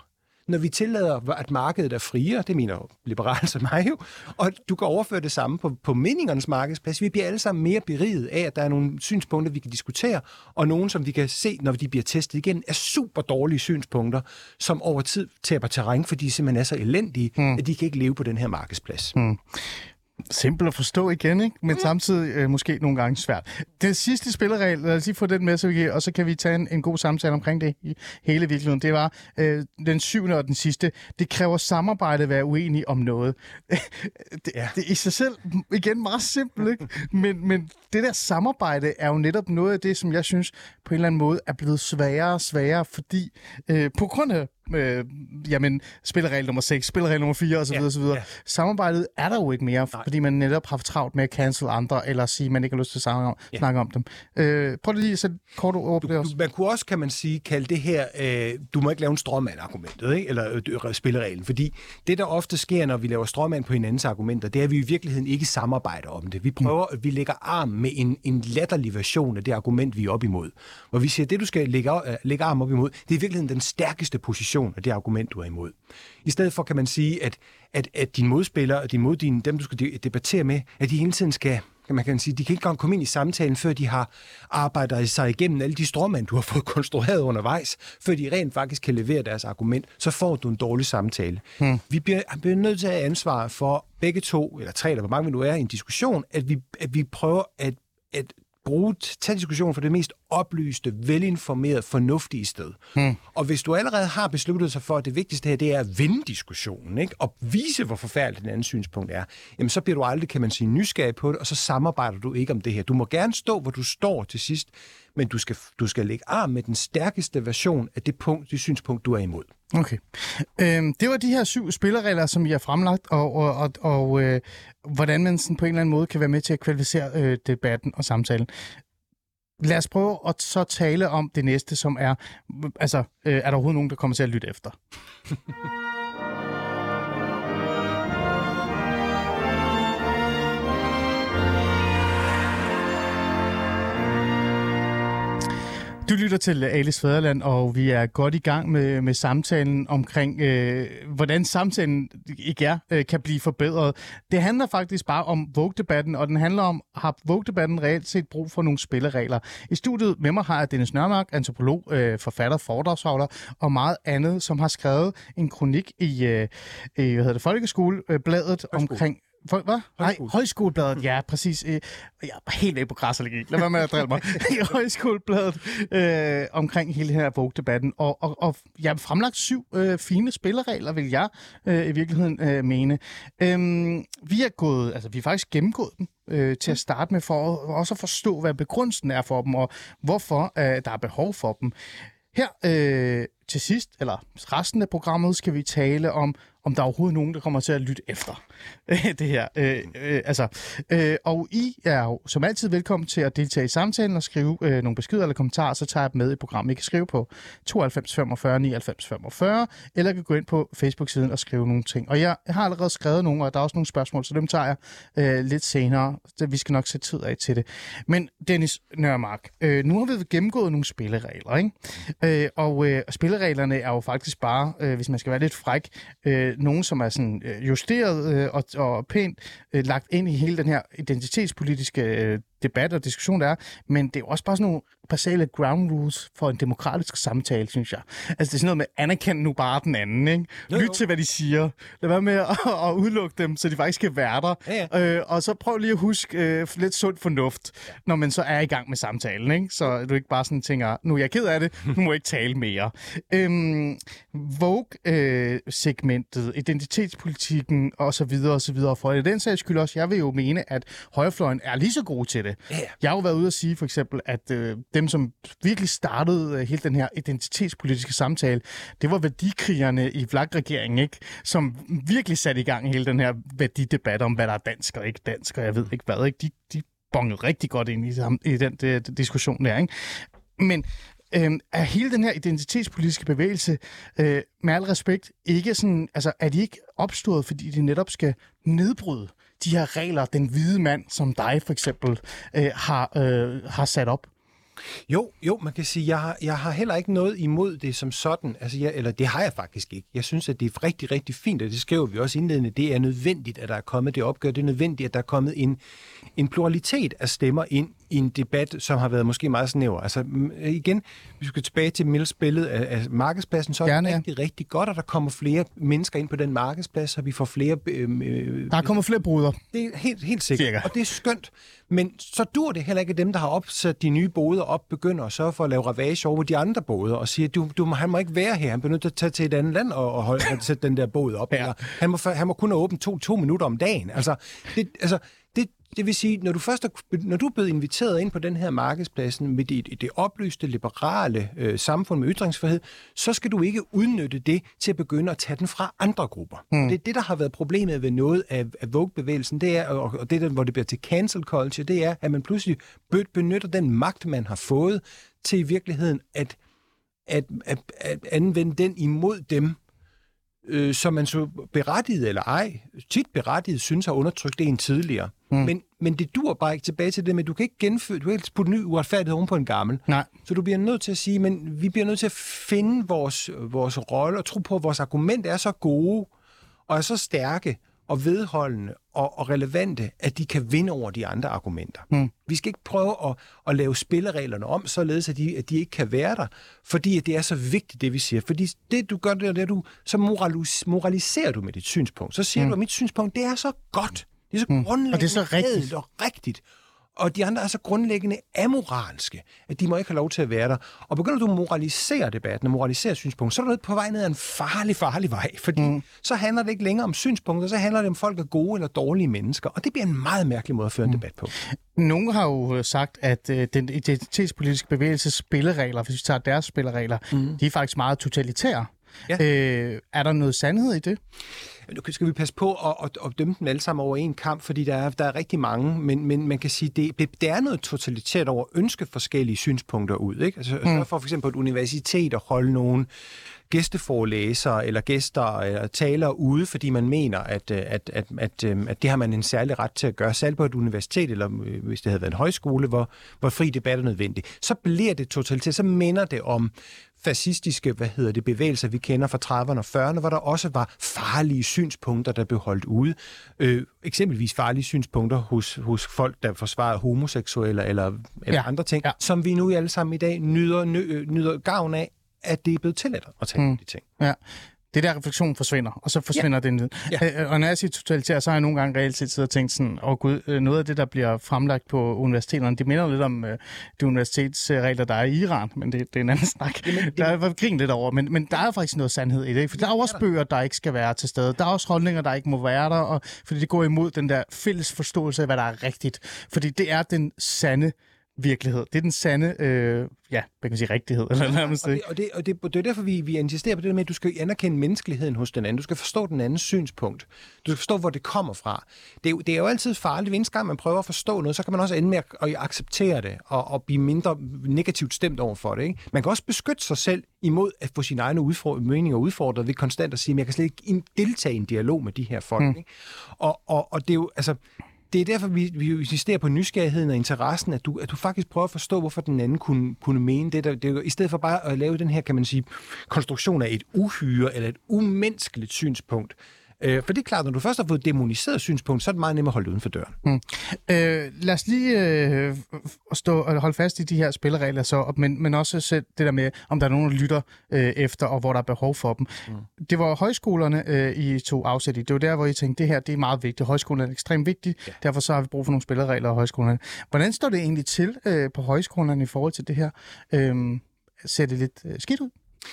når vi tillader, at markedet er friere, det mener jo liberale som mig jo, og du kan overføre det samme på, på meningernes markedsplads. Vi bliver alle sammen mere beriget af, at der er nogle synspunkter, vi kan diskutere, og nogle, som vi kan se, når de bliver testet igen, er super dårlige synspunkter, som over tid taber terræn, fordi de simpelthen er så elendige, hmm. at de kan ikke leve på den her markedsplads. Hmm. Simpelt at forstå igen, ikke? Men mm. samtidig øh, måske nogle gange svært. Den sidste spilleregel, lad os lige få den med, så vi kan, og så kan vi tage en, en god samtale omkring det i hele virkeligheden. Det var øh, den syvende og den sidste. Det kræver samarbejde at være uenig om noget. det, ja. det er i sig selv igen meget simpelt, ikke? Men, men det der samarbejde er jo netop noget af det, som jeg synes på en eller anden måde er blevet sværere og sværere, fordi øh, på grund af Øh, jamen, spilleregel nummer seks, spilleregel nummer fire osv. Ja, osv. ja. Samarbejdet er der jo ikke mere, Nej. fordi man netop har haft travlt med at cancel andre, eller sige, at man ikke har lyst til at snakke om, ja. snakke om dem. Øh, prøv lige at sætte kort over på det også. Man kunne også, kan man sige, kalde det her, øh, du må ikke lave en stråmand-argumentet, ikke? Eller øh, spillereglen, fordi det, der ofte sker, når vi laver stråmand på hinandens argumenter, det er, at vi i virkeligheden ikke samarbejder om det. Vi prøver, at vi lægger arm med en, en latterlig version af det argument, vi er op imod. Hvor vi siger, at det, du skal lægge, uh, lægge arm op imod, det er i virkeligheden den stærkeste position af det argument, du er imod. I stedet for kan man sige, at, at, at dine modspillere, din mod, din, dem du skal debattere med, at de hele tiden skal, man kan sige, de kan ikke engang komme ind i samtalen, før de har arbejdet sig igennem alle de stråmænd, du har fået konstrueret undervejs, før de rent faktisk kan levere deres argument, så får du en dårlig samtale. Hmm. Vi bliver, bliver nødt til at have ansvar for begge to, eller tre, eller hvor mange vi nu er i en diskussion, at vi, at vi prøver at, at bruge, tage diskussionen for det mest oplyste, velinformerede, fornuftige sted. Hmm. Og hvis du allerede har besluttet sig for, at det vigtigste her, det er at vinde diskussionen, ikke? Og vise, hvor forfærdeligt den anden synspunkt er, jamen så bliver du aldrig, kan man sige, nysgerrig på det, og så samarbejder du ikke om det her. Du må gerne stå, hvor du står til sidst, men du skal, du skal lægge arm med den stærkeste version af det punkt, det synspunkt, du er imod. Okay. Øhm, det var de her syv spilleregler, som I har fremlagt, og, og, og, og øh, hvordan man sådan på en eller anden måde kan være med til at kvalificere øh, debatten og samtalen. Lad os prøve at så tale om det næste, som er, altså, øh, er der overhovedet nogen, der kommer til at lytte efter? Du lytter til Alis Fædreland, og vi er godt i gang med, med samtalen omkring, øh, hvordan samtalen ikke er, øh, kan blive forbedret. Det handler faktisk bare om Vogue-debatten, og den handler om, har Vogue-debatten reelt set brug for nogle spilleregler? I studiet med mig har jeg Dennis Nørmark, antropolog, øh, forfatter, foredragsholder og meget andet, som har skrevet en kronik i, øh, i hvad hedder det, Folkeskolebladet omkring... For, hvad? Nej, Højskolebladet, ja, præcis. Jeg er helt af på græsserlegi. Lad være med at drille mig. Højskolebladet øh, omkring hele den her Vogue-debatten. Og, og, og jeg har fremlagt syv øh, fine spilleregler, vil jeg øh, i virkeligheden øh, mene. Øhm, vi er gået, altså vi har faktisk gennemgået dem øh, til at starte med, for at, også at forstå, hvad begrundelsen er for dem, og hvorfor øh, der er behov for dem. Her øh, til sidst, eller resten af programmet, skal vi tale om, om der er overhovedet nogen, der kommer til at lytte efter det her. Øh, øh, altså, øh, og I er jo som altid velkommen til at deltage i samtalen og skrive øh, nogle beskeder eller kommentarer, så tager jeg dem med i programmet. I kan skrive på tooghalvfems femogfyrre nioghalvfems femogfyrre, eller kan gå ind på Facebook-siden og skrive nogle ting. Og jeg har allerede skrevet nogle, og der er også nogle spørgsmål, så dem tager jeg øh, lidt senere. Vi skal nok sætte tid af til det. Men Dennis Nørmark, øh, nu har vi gennemgået nogle spilleregler, ikke? Øh, og øh, spillereglerne er jo faktisk bare, øh, hvis man skal være lidt fræk, øh, nogen, som er sådan øh, justeret øh, og, og pænt øh, lagt ind i hele den her identitetspolitiske øh, debat og diskussion, der er, men det er også bare sådan nogle basale ground rules for en demokratisk samtale, synes jeg. Altså, det er sådan noget med, anerkend nu bare den anden, ikke? Jo, jo. Lyt til, hvad de siger. Lad være med at, at udelukke dem, så de faktisk skal være der. Ja, ja. Øh, og så prøv lige at huske øh, lidt sund fornuft, ja. Når man så er i gang med samtalen, ikke? Så du ikke bare sådan tænker, nu er jeg ked af det, nu må jeg ikke tale mere. øhm, Vogue-segmentet, øh, identitetspolitikken osv. osv. For i den sags skyld også, jeg vil jo mene, at højrefløjen er lige så god til det. Yeah. Jeg har jo været ude at sige for eksempel, at øh, dem, som virkelig startede øh, hele den her identitetspolitiske samtale, det var værdikrigerne i Vlak-regeringen, ikke? Som virkelig satte i gang hele den her værdidebat om, hvad der er dansk og ikke dansk, og jeg ved ikke hvad. Ikke? De, de bongede rigtig godt ind i, i den de, de diskussion der. Ikke? Men øh, er hele den her identitetspolitiske bevægelse, øh, med al respekt, ikke sådan, altså er de ikke opstået, fordi de netop skal nedbryde de her regler, den hvide mand, som dig for eksempel, øh, har, øh, har sat op? Jo, jo, man kan sige, jeg har, jeg har heller ikke noget imod det som sådan. Altså, jeg, eller det har jeg faktisk ikke. Jeg synes, at det er rigtig, rigtig fint, og det skriver vi også indledende. Det er nødvendigt, at der er kommet det opgør. Det er nødvendigt, at der er kommet en, en pluralitet af stemmer ind i en debat, som har været måske meget snæver. Altså igen, hvis vi skal tilbage til Mills billede af, af markedspladsen, så er Gerne, det ja. rigtig, rigtig godt, at der kommer flere mennesker ind på den markedsplads, så vi får flere... Øh, Der er kommet flere bruder. Det er helt, helt sikkert, Cirka. og det er skønt. Men så dur det heller ikke, at dem, der har opsat de nye boder op, begynder at sørge for at lave ravage over de andre boder, og siger, du, du, han må ikke være her, han bliver nødt til at tage til et andet land og, og holde, og sætte den der båd op. Ja. Eller, han, må, han må kun have åbent to, to minutter om dagen. Altså, det, altså det, det vil sige, når du først er, når du er blevet inviteret ind på den her markedspladsen med det, det oplyste, liberale øh, samfund med ytringsfrihed, så skal du ikke udnytte det til at begynde at tage den fra andre grupper. Mm. Det er det, der har været problemet ved noget af, af Vogue-bevægelsen, det er, og, og det der, hvor det bliver til cancel culture, det er, at man pludselig benytter den magt, man har fået, til i virkeligheden at, at, at, at anvende den imod dem, øh, som man så berettiget eller ej, tit berettiget synes har undertrykt det en tidligere. Mm. Men, men det dur bare ikke tilbage til det, men du kan ikke genføre, du kan ikke putte ny uretfærdighed oven på en gammel. Nej. Så du bliver nødt til at sige, men vi bliver nødt til at finde vores, vores rolle og tro på, at vores argument er så gode og er så stærke og vedholdende og, og relevante, at de kan vinde over de andre argumenter. Mm. Vi skal ikke prøve at, at lave spillereglerne om, således at de, at de ikke kan være der, fordi at det er så vigtigt, det vi siger. Fordi det, du gør, det er, du, så moralis, moraliserer du med dit synspunkt. Så siger mm. du, at mit synspunkt, det er så godt. Det er så mm. grundlæggende og det er så rigtigt. og rigtigt. Og de andre er så grundlæggende amoralske, at de må ikke have lov til at være der. Og begynder du at moralisere debatten og moralisere synspunkter, så er du på vej ned ad en farlig, farlig vej. Fordi mm. så handler det ikke længere om synspunkter, så handler det om folk er gode eller dårlige mennesker. Og det bliver en meget mærkelig måde at føre en mm. debat på. Nogle har jo sagt, at øh, den identitetspolitiske bevægelses spilleregler, hvis vi tager deres spilleregler, mm. de er faktisk meget totalitære. Ja. Øh, er der noget sandhed i det? Nu skal vi passe på at, at, at dømme dem alle sammen over en kamp, fordi der er, der er rigtig mange, men, men man kan sige, det, det er noget totalitært over at ønske forskellige synspunkter ud. Ikke? Altså, mm. for for eksempel på et universitet at holde nogle gæsteforelæsere eller gæster eller talere ude, fordi man mener, at, at, at, at, at det har man en særlig ret til at gøre, selv på et universitet, eller hvis det havde været en højskole, hvor, hvor fri debat er nødvendig. Så bliver det totalitært, så minder det om fascistiske, hvad hedder det, bevægelser, vi kender fra trediverne og fyrrerne, hvor der også var farlige synspunkter, der blev holdt ude. Øh, eksempelvis farlige synspunkter hos, hos folk, der forsvarer homoseksuelle eller, eller ja. andre ting, ja. som vi nu alle sammen i dag nyder, nø, nyder gavn af, at det er blevet tilladt at tale mm. de ting. Ja. Det der refleksion forsvinder, og så forsvinder ja. den ned. Ja. Og når jeg siger totalitær, så har jeg nogle gange reelt set siddet og tænkt sådan, åh oh, gud, noget af det, der bliver fremlagt på universiteterne, det minder lidt om uh, de universitetsregler, der er i Iran, men det, det er en anden snak. Jamen, det... Der er grin lidt over, men, men der er faktisk noget sandhed i det, for der er også bøger, der ikke skal være til stede. Der er også holdninger, der ikke må være der, og, fordi det går imod den der fælles forståelse af, hvad der er rigtigt. Fordi det er den sande virkelighed. Det er den sande, øh, ja, man kan sige rigtighed. Eller ja, og, det, og, det, og det, det er derfor, vi, vi insisterer på det der med, at du skal anerkende menneskeligheden hos den anden. Du skal forstå den andens synspunkt. Du skal forstå, hvor det kommer fra. Det er jo, det er jo altid farligt. Hver eneste gang, man prøver at forstå noget, så kan man også ende med at, at acceptere det og, og blive mindre negativt stemt over for det. Ikke? Man kan også beskytte sig selv imod at få sine egne udfor- meninger udfordret ved konstant at sige, at jeg kan slet ikke deltage i en dialog med de her folk. Mm. Ikke? Og, og, og det er jo, altså... Det er derfor, vi, vi insisterer på nysgerrigheden og interessen, at du, at du faktisk prøver at forstå, hvorfor den anden kunne, kunne mene det. Der, det er, i stedet for bare at lave den her, kan man sige, konstruktion af et uhyre eller et umenneskeligt synspunkt. Øh, for det er klart, når du først har fået demoniseret synspunkt, så er det meget nemmere at holde uden for døren. Mm. Øh, lad os lige øh, stå og holde fast i de her spilleregler, så, men, men også sætte det der med, om der er nogen, der lytter øh, efter, og hvor der er behov for dem. Mm. Det var højskolerne, øh, I tog afsæt i. Det var der, hvor I tænkte, det her det er meget vigtigt. Højskolerne er ekstremt vigtigt, ja. Derfor så har vi brug for nogle spilleregler af højskolerne. Hvordan står det egentlig til øh, på højskolerne i forhold til det her? Øh, ser det lidt øh, skidt ud?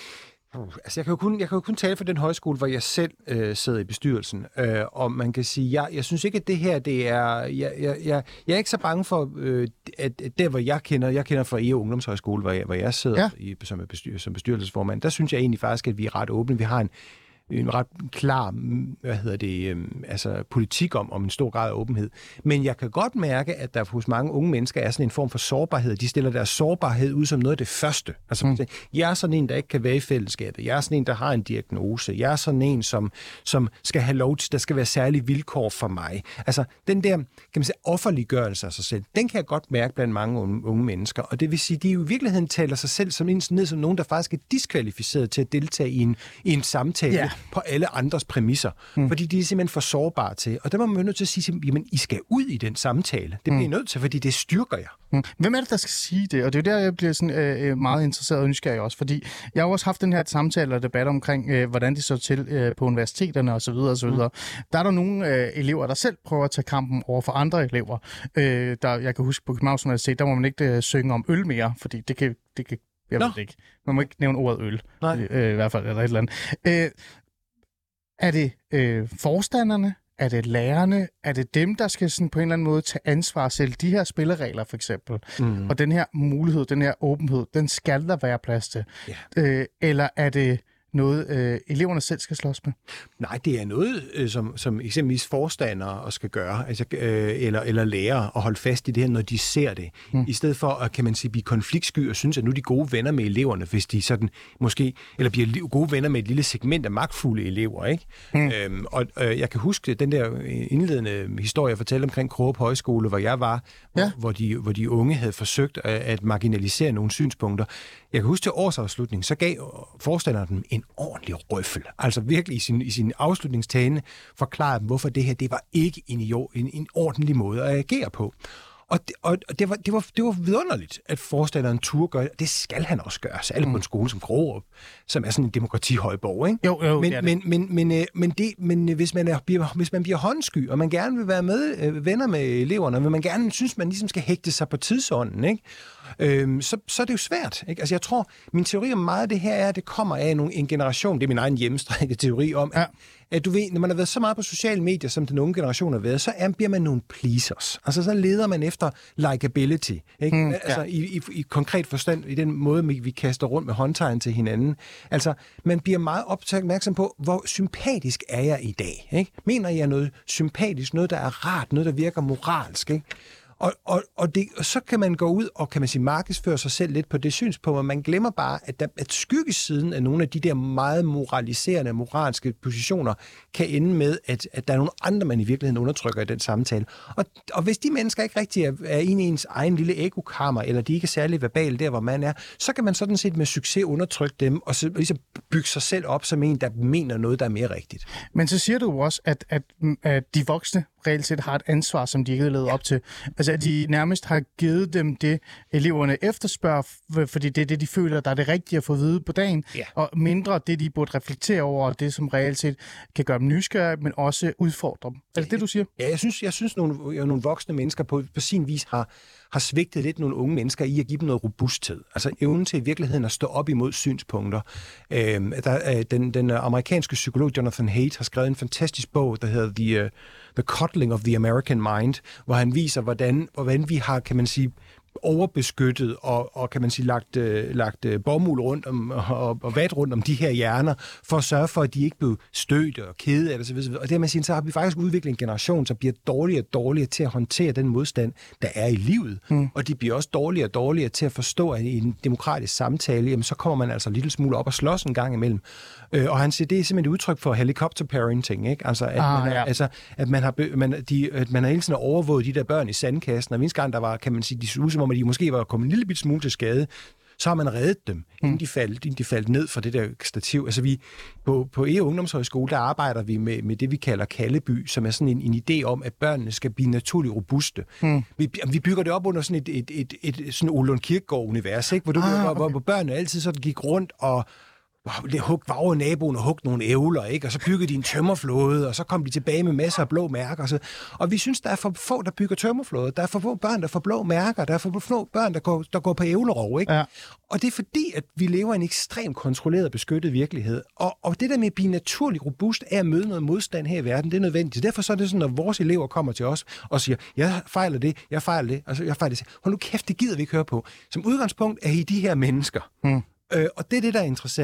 Uh, altså jeg kan jo kun, jeg kan jo kun tale for den højskole, hvor jeg selv øh, sidder i bestyrelsen, øh, og man kan sige, jeg, jeg synes ikke, at det her, det er, jeg, jeg, jeg, jeg er ikke så bange for, øh, at der, hvor jeg kender, jeg kender fra E U Ungdomshøjskole, hvor jeg, hvor jeg sidder ja. i, som, bestyr, som bestyrelsesformand, der synes jeg egentlig faktisk, at vi er ret åbne. Vi har en en ret klar, hvad hedder det, øh, altså politik om, om en stor grad af åbenhed. Men jeg kan godt mærke, at der hos mange unge mennesker er sådan en form for sårbarhed. De stiller deres sårbarhed ud som noget af det første. Altså, mm. jeg er sådan en, der ikke kan være i fællesskabet. Jeg er sådan en, der har en diagnose. Jeg er sådan en, som, som skal have lov til, der skal være særlige vilkår for mig. Altså, den der, kan man sige, offerliggørelse af sig selv, den kan jeg godt mærke blandt mange unge, unge mennesker. Og det vil sige, de i virkeligheden taler sig selv som en, ned som nogen, der faktisk er diskvalificeret til at deltage i en, i en samtale yeah. på alle andres præmisser. Mm. Fordi de er simpelthen for sårbare til. Og der må man jo nødt til at sige, jamen, I skal ud i den samtale. Det bliver mm. nødt til, fordi det styrker jer. Mm. Hvem er det, der skal sige det? Og det er jo der, jeg bliver sådan, øh, meget interesseret og nysgerrig også. Fordi jeg har også haft den her samtale og debat omkring, øh, hvordan de så til øh, på universiteterne osv. osv. Mm. Der er der nogle øh, elever, der selv prøver at tage kampen over for andre elever. Øh, der, jeg kan huske på Københavns Universitet, der må man ikke øh, synge om øl mere, fordi det kan, det kan jeg ved ikke. Man må ikke nævne ordet øl. Øh, I hvert fald, eller et eller andet. Øh, er det øh, forstanderne? Er det lærerne? Er det dem, der skal sådan på en eller anden måde tage ansvar selv? De her spilleregler, for eksempel. Mm. Og den her mulighed, den her åbenhed, den skal der være plads til. Yeah. Øh, eller er det noget, øh, eleverne selv skal slås med? Nej, det er noget, øh, som, som eksempelvis forstandere skal gøre, altså, øh, eller, eller lærere, at holde fast i det her, når de ser det. Mm. I stedet for at, kan man sige, blive konfliktsky og synes, at nu er de gode venner med eleverne, hvis de sådan måske, eller bliver gode venner med et lille segment af magtfulde elever, ikke? Mm. Øhm, og øh, jeg kan huske den der indledende historie, jeg fortalte omkring Krogerup Højskole, hvor jeg var, ja. hvor, hvor, de, hvor de unge havde forsøgt at, at marginalisere nogle synspunkter. Jeg kan huske til årsafslutningen, så gav forstanderen dem en ordentlig røffel. Altså virkelig i sin, i sin afslutningstale forklarede dem, hvorfor det her, det var ikke en, en, en ordentlig måde at agere på. Og, det, og det, var, det, var, det var vidunderligt, at forstanderen turde gøre det. Det skal han også gøre, særligt mm. på en skole som Krogerup, som er sådan en demokratihøjborg, ikke? Jo, jo, men, det men, men, men, men, det, men hvis, man er, bliver, hvis man bliver håndsky, og man gerne vil være med øh, venner med eleverne, men man gerne synes, man ligesom skal hægte sig på tidsånden, ikke? Øhm, så, så er det jo svært, ikke? Altså jeg tror, min teori om meget af det her er, at det kommer af nogle, en generation, det er min egen hjemmestrikket teori om, ja. at, at du ved, når man har været så meget på sociale medier, som den unge generation har været, så er, bliver man nogle pleasers. Altså så leder man efter likability, ikke? Mm, altså ja. i, i, i konkret forstand, i den måde, vi kaster rundt med håndtegn til hinanden. Altså, man bliver meget opmærksom på, hvor sympatisk er jeg i dag, ikke? Mener jeg noget sympatisk, noget, der er rart, noget, der virker moralsk, ikke? Og, og, og, det, og så kan man gå ud og, kan man sige, markedsføre sig selv lidt på det synspunkt, og man glemmer bare, at, der, at skyggesiden af nogle af de der meget moraliserende, moralske positioner kan ende med, at, at der er nogle andre, man i virkeligheden undertrykker i den samtale. Og, og hvis de mennesker ikke rigtig er, er inde i ens egen lille ekokammer, eller de ikke er særlig verbale der, hvor man er, så kan man sådan set med succes undertrykke dem, og så ligesom bygge sig selv op som en, der mener noget, der er mere rigtigt. Men så siger du også, at, at, at de voksne reelt set har et ansvar, som de ikke har levet ja. op til. Altså, at de nærmest har givet dem det, eleverne efterspørger, fordi det er det, de føler, der er det rigtige at få at vide på dagen, ja. og mindre det, de burde reflektere over, det som reelt set kan gøre dem nysgerrige, men også udfordre dem. Er det det, du siger? Ja, jeg synes, jeg synes nogle, nogle voksne mennesker på, på sin vis har, har svigtet lidt nogle unge mennesker i at give dem noget robusthed. Altså evnen til i virkeligheden at stå op imod synspunkter. Øhm, der, den, den amerikanske psykolog Jonathan Haidt har skrevet en fantastisk bog, der hedder The, uh, The Coddling of the American Mind, hvor han viser, hvordan, hvordan vi har, kan man sige, overbeskyttet og, og kan man sige, lagt, øh, lagt øh, bomuld rundt om, og, og vat rundt om de her hjerner, for at sørge for, at de ikke bliver stødt og kede eller så videre. Og det man siger, så har vi faktisk udviklet en generation, som bliver dårligere og dårligere til at håndtere den modstand, der er i livet. Mm. Og de bliver også dårligere og dårligere til at forstå, at i en demokratisk samtale, jamen, så kommer man altså en lille smule op og slås en gang imellem. Øh, og han siger, det er simpelthen et udtryk for helicopter parenting, ikke? Altså, at, ah, man, ja. altså, at man har, man, de, at man har hele tiden overvåget de der børn i sandkassen, og mindst gang der var, kan man sige, de så ud som om, at de måske var kommet en lille bit smule til skade, så har man reddet dem, inden de faldt, inden de faldt ned fra det der stativ. Altså vi, på, på E U Ungdomshøjskole, der arbejder vi med, med det, vi kalder Kaldeby, som er sådan en, en idé om, at børnene skal blive naturligt robuste. Mm. Vi, vi bygger det op under sådan et, et, et, et, et sådan Ole Lund Kirkegaard-univers, ikke? Hvor, du, ah, okay. hvor, hvor børnene altid sådan gik rundt og hug, var over naboen og hugge nogle ævler, ikke? Og så byggede de en tømmerflåde, og så kom de tilbage med masser af blå mærker. Og, så. Og vi synes, der er for få, der bygger tømmerflåde. Der er for få børn, der får blå mærker. Der er for få børn, der går, der går på ævlerov, ikke? Ja. Og det er fordi, at vi lever i en ekstremt kontrolleret og beskyttet virkelighed. Og, og det der med at blive naturligt robust, er at møde noget modstand her i verden, det er nødvendigt. Derfor så er det sådan, når vores elever kommer til os og siger, jeg fejler det, jeg fejler det, altså jeg fejler det. Hold nu kæft, det gider vi ikke høre på. Som udgangspunkt er I de her mennesker. Hmm. Øh, og det er det, der er interessant.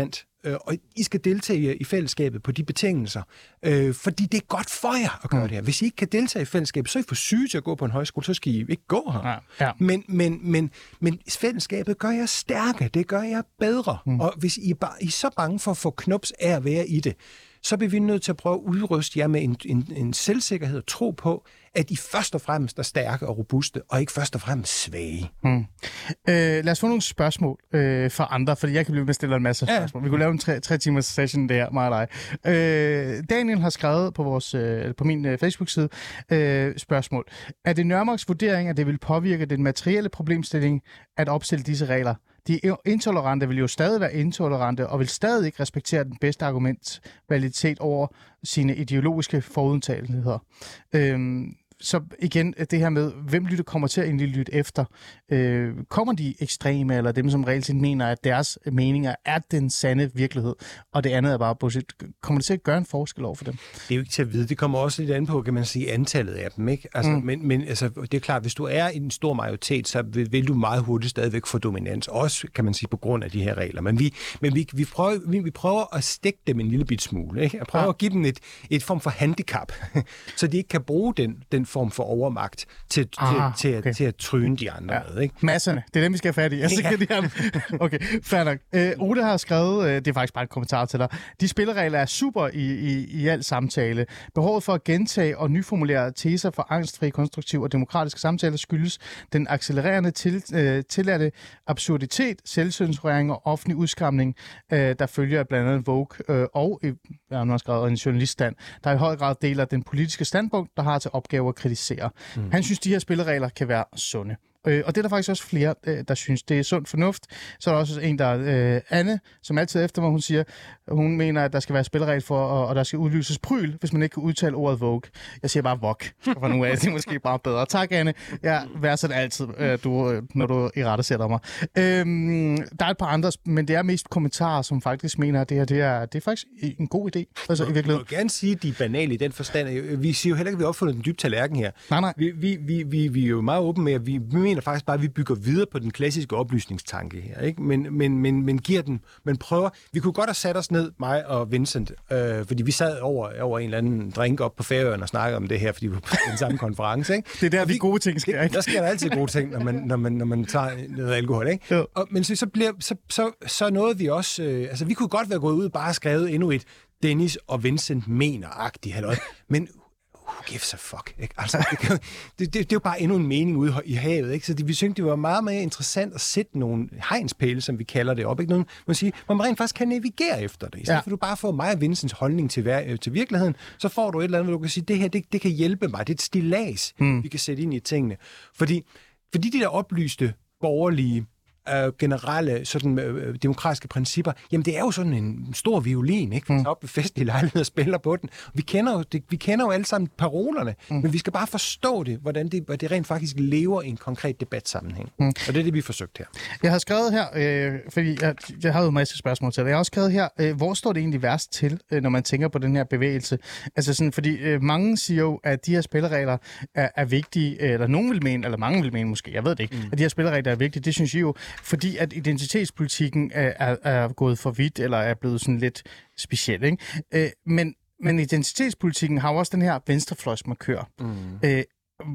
øh, og I skal deltage i fællesskabet på de betingelser, øh, fordi det er godt for jer at gøre mm. det her. Hvis I ikke kan deltage i fællesskabet, så er I for syge til at gå på en højskole, så skal I ikke gå her. Ja. Ja. Men, men, men, men fællesskabet gør jer stærke, det gør jer bedre, mm. og hvis I er, ba- I er så bange for at få knops af at være i det, så bliver vi nødt til at prøve at udryste jer med en, en, en selvsikkerhed og tro på, at I først og fremmest er stærke og robuste, og ikke først og fremmest svage. Hmm. Øh, lad os få nogle spørgsmål øh, fra andre, fordi jeg kan blive med at stille en masse ja. spørgsmål. Vi kunne lave en tre, tre timers session der, mig og dig. Øh, Daniel har skrevet på, vores, øh, på min øh, Facebook-side øh, spørgsmål. Er det Nørmarks vurdering, at det vil påvirke den materielle problemstilling at opstille disse regler? De intolerante vil jo stadig være intolerante og vil stadig ikke respektere den bedste argumentvaliditet over sine ideologiske forudtageligheder. Øhm, så igen, det her med, hvem lytter kommer til at egentlig lytte efter. Øh, kommer de ekstreme, eller dem, som reelt mener, at deres meninger er den sande virkelighed, og det andet er bare bullshit. Kommer det til at gøre en forskel over for dem? Det er jo ikke til at vide. Det kommer også lidt an på, kan man sige, antallet af dem, ikke? Altså, mm. Men, men altså, det er klart, hvis du er i en stor majoritet, så vil, vil du meget hurtigt stadigvæk få dominans. Også, kan man sige, på grund af de her regler. Men vi, men vi, vi, prøver, vi, vi prøver at stikke dem en lille bit smule, ikke? Jeg prøver ja. at give dem et, et form for handicap, så de ikke kan bruge den, den form for overmagt til, ah, til, til, okay. til at tryne de andre ja. med, ikke? Masserne, det er dem, vi skal have fat i. Altså, ja. de her... Okay, fair nok. Øh, Ode har skrevet, øh, det er faktisk bare en kommentar til dig, de spilleregler er super i, i, i al samtale. Behovet for at gentage og nyformulere teser for angstfri, konstruktiv og demokratiske samtaler skyldes den accelererende til, øh, tilladte absurditet, selvcensurering og offentlig udskamning, øh, der følger af blandt andet Vogue øh, og jeg har nu skrevet en journaliststand, der i høj grad deler den politiske standpunkt, der har til opgave at kritisere. Mm. Han synes, de her spilleregler kan være sunde. Øh, og det er der faktisk også flere, øh, der synes, det er sund fornuft. Så er der også en, der øh, Anne, som altid efter mig, hun siger, hun mener, at der skal være spilleregler for, og, og der skal udlyses pryl, hvis man ikke kan udtale ordet Vogue. Jeg siger bare Vogue, for nu er det måske bare bedre. Tak, Anne. Jeg værdsætter altid, øh, du, når du i rette sætter mig. Øhm, der er et par andre, men det er mest kommentarer, som faktisk mener, at det her det er, det er faktisk en god idé. Altså, i virkeligheden. Jeg vil gerne sige, at de er banale i den forstand. Vi siger jo heller ikke, at vi har opfundet den dybe tallerken her. Nej, nej. Vi, vi, vi, vi, vi er jo meget åbne med, at vi, vi mener faktisk bare, at vi bygger videre på den klassiske oplysningstanke her, ikke? Men, men, men, men giver den, men prøver. Vi kunne godt have sat os ned, mig og Vincent, øh, fordi vi sad over, over en eller anden drink op på Færøerne og snakkede om det her, fordi vi var på den samme konference, ikke? Det er der, vi, de gode ting sker, ikke? Der sker der altid gode ting, når man, når man, når man tager noget alkohol, ikke? Og, men så, så, bliver, så, så, så nåede vi også, øh, altså vi kunne godt være gået ud og bare skrevet endnu et Dennis og Vincent mener-agtigt, halløj, men who gives a fuck, ikke? Altså, det, det, det, det er jo bare endnu en mening ude i havet, ikke? Så det, vi synes, det var meget mere interessant at sætte nogle hegnspæle, som vi kalder det op, ikke? Nogen, man siger, hvor man rent faktisk kan navigere efter det. I stedet ja. for, du bare får mig og Vincents holdning til, til virkeligheden, så får du et eller andet, hvor du kan sige, det her, det, det kan hjælpe mig. Det er et stillads, hmm. vi kan sætte ind i tingene. Fordi, fordi de der oplyste, borgerlige, Øh, generelle sådan, øh, demokratiske principper, jamen det er jo sådan en stor violin, ikke? Vi tager op ved festlige lejligheder og spiller på den. Vi kender jo, det, vi kender jo alle sammen parolerne, mm. men vi skal bare forstå det, hvordan det, det rent faktisk lever i en konkret debatsammenhæng. Mm. Og det er det, vi har forsøgt her. Jeg har skrevet her, øh, fordi jeg, jeg har jo en masse spørgsmål til det. Jeg har også skrevet her, øh, hvor står det egentlig værst til, øh, når man tænker på den her bevægelse? Altså sådan, fordi øh, mange siger jo, at de her spilleregler er, er vigtige, eller nogen vil mene, eller mange vil mene måske, jeg ved det ikke, mm. at de her spilleregler er vigtige. Det synes I jo, fordi at identitetspolitikken er, er, er gået for vidt, eller er blevet sådan lidt speciel, ikke? Øh, men, men identitetspolitikken har jo også den her venstrefløjsmarkør. Mm. Øh,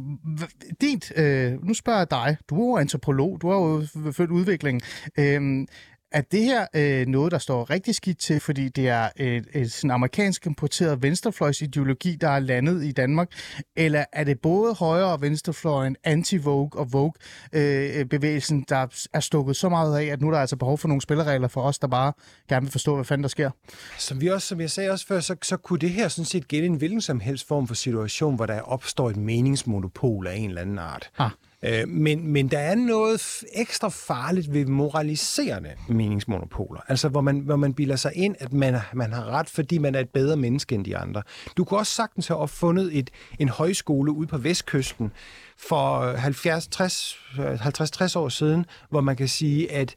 dit, øh, nu spørger jeg dig, du er jo antropolog, du har jo følt udviklingen. Øh, Er det her øh, noget, der står rigtig skidt til, fordi det er et, et sådan amerikansk importeret venstrefløjsideologi, der er landet i Danmark? Eller er det både højre- og venstrefløjen, anti-Vogue og Vogue-bevægelsen, øh, der er stukket så meget af, at nu er der altså behov for nogle spilleregler for os, der bare gerne vil forstå, hvad fanden der sker? Som, vi også, som jeg sagde også før, så, så kunne det her sådan set gælde en hvilken som helst form for situation, hvor der opstår et meningsmonopol af en eller anden art. Ah. Men, men der er noget ekstra farligt ved moraliserende meningsmonopoler. Altså, hvor man, hvor man bilder sig ind, at man, man har ret, fordi man er et bedre menneske end de andre. Du kunne også sagtens have opfundet et, en højskole ude på Vestkysten for halvfjerds tres år siden, hvor man kan sige, at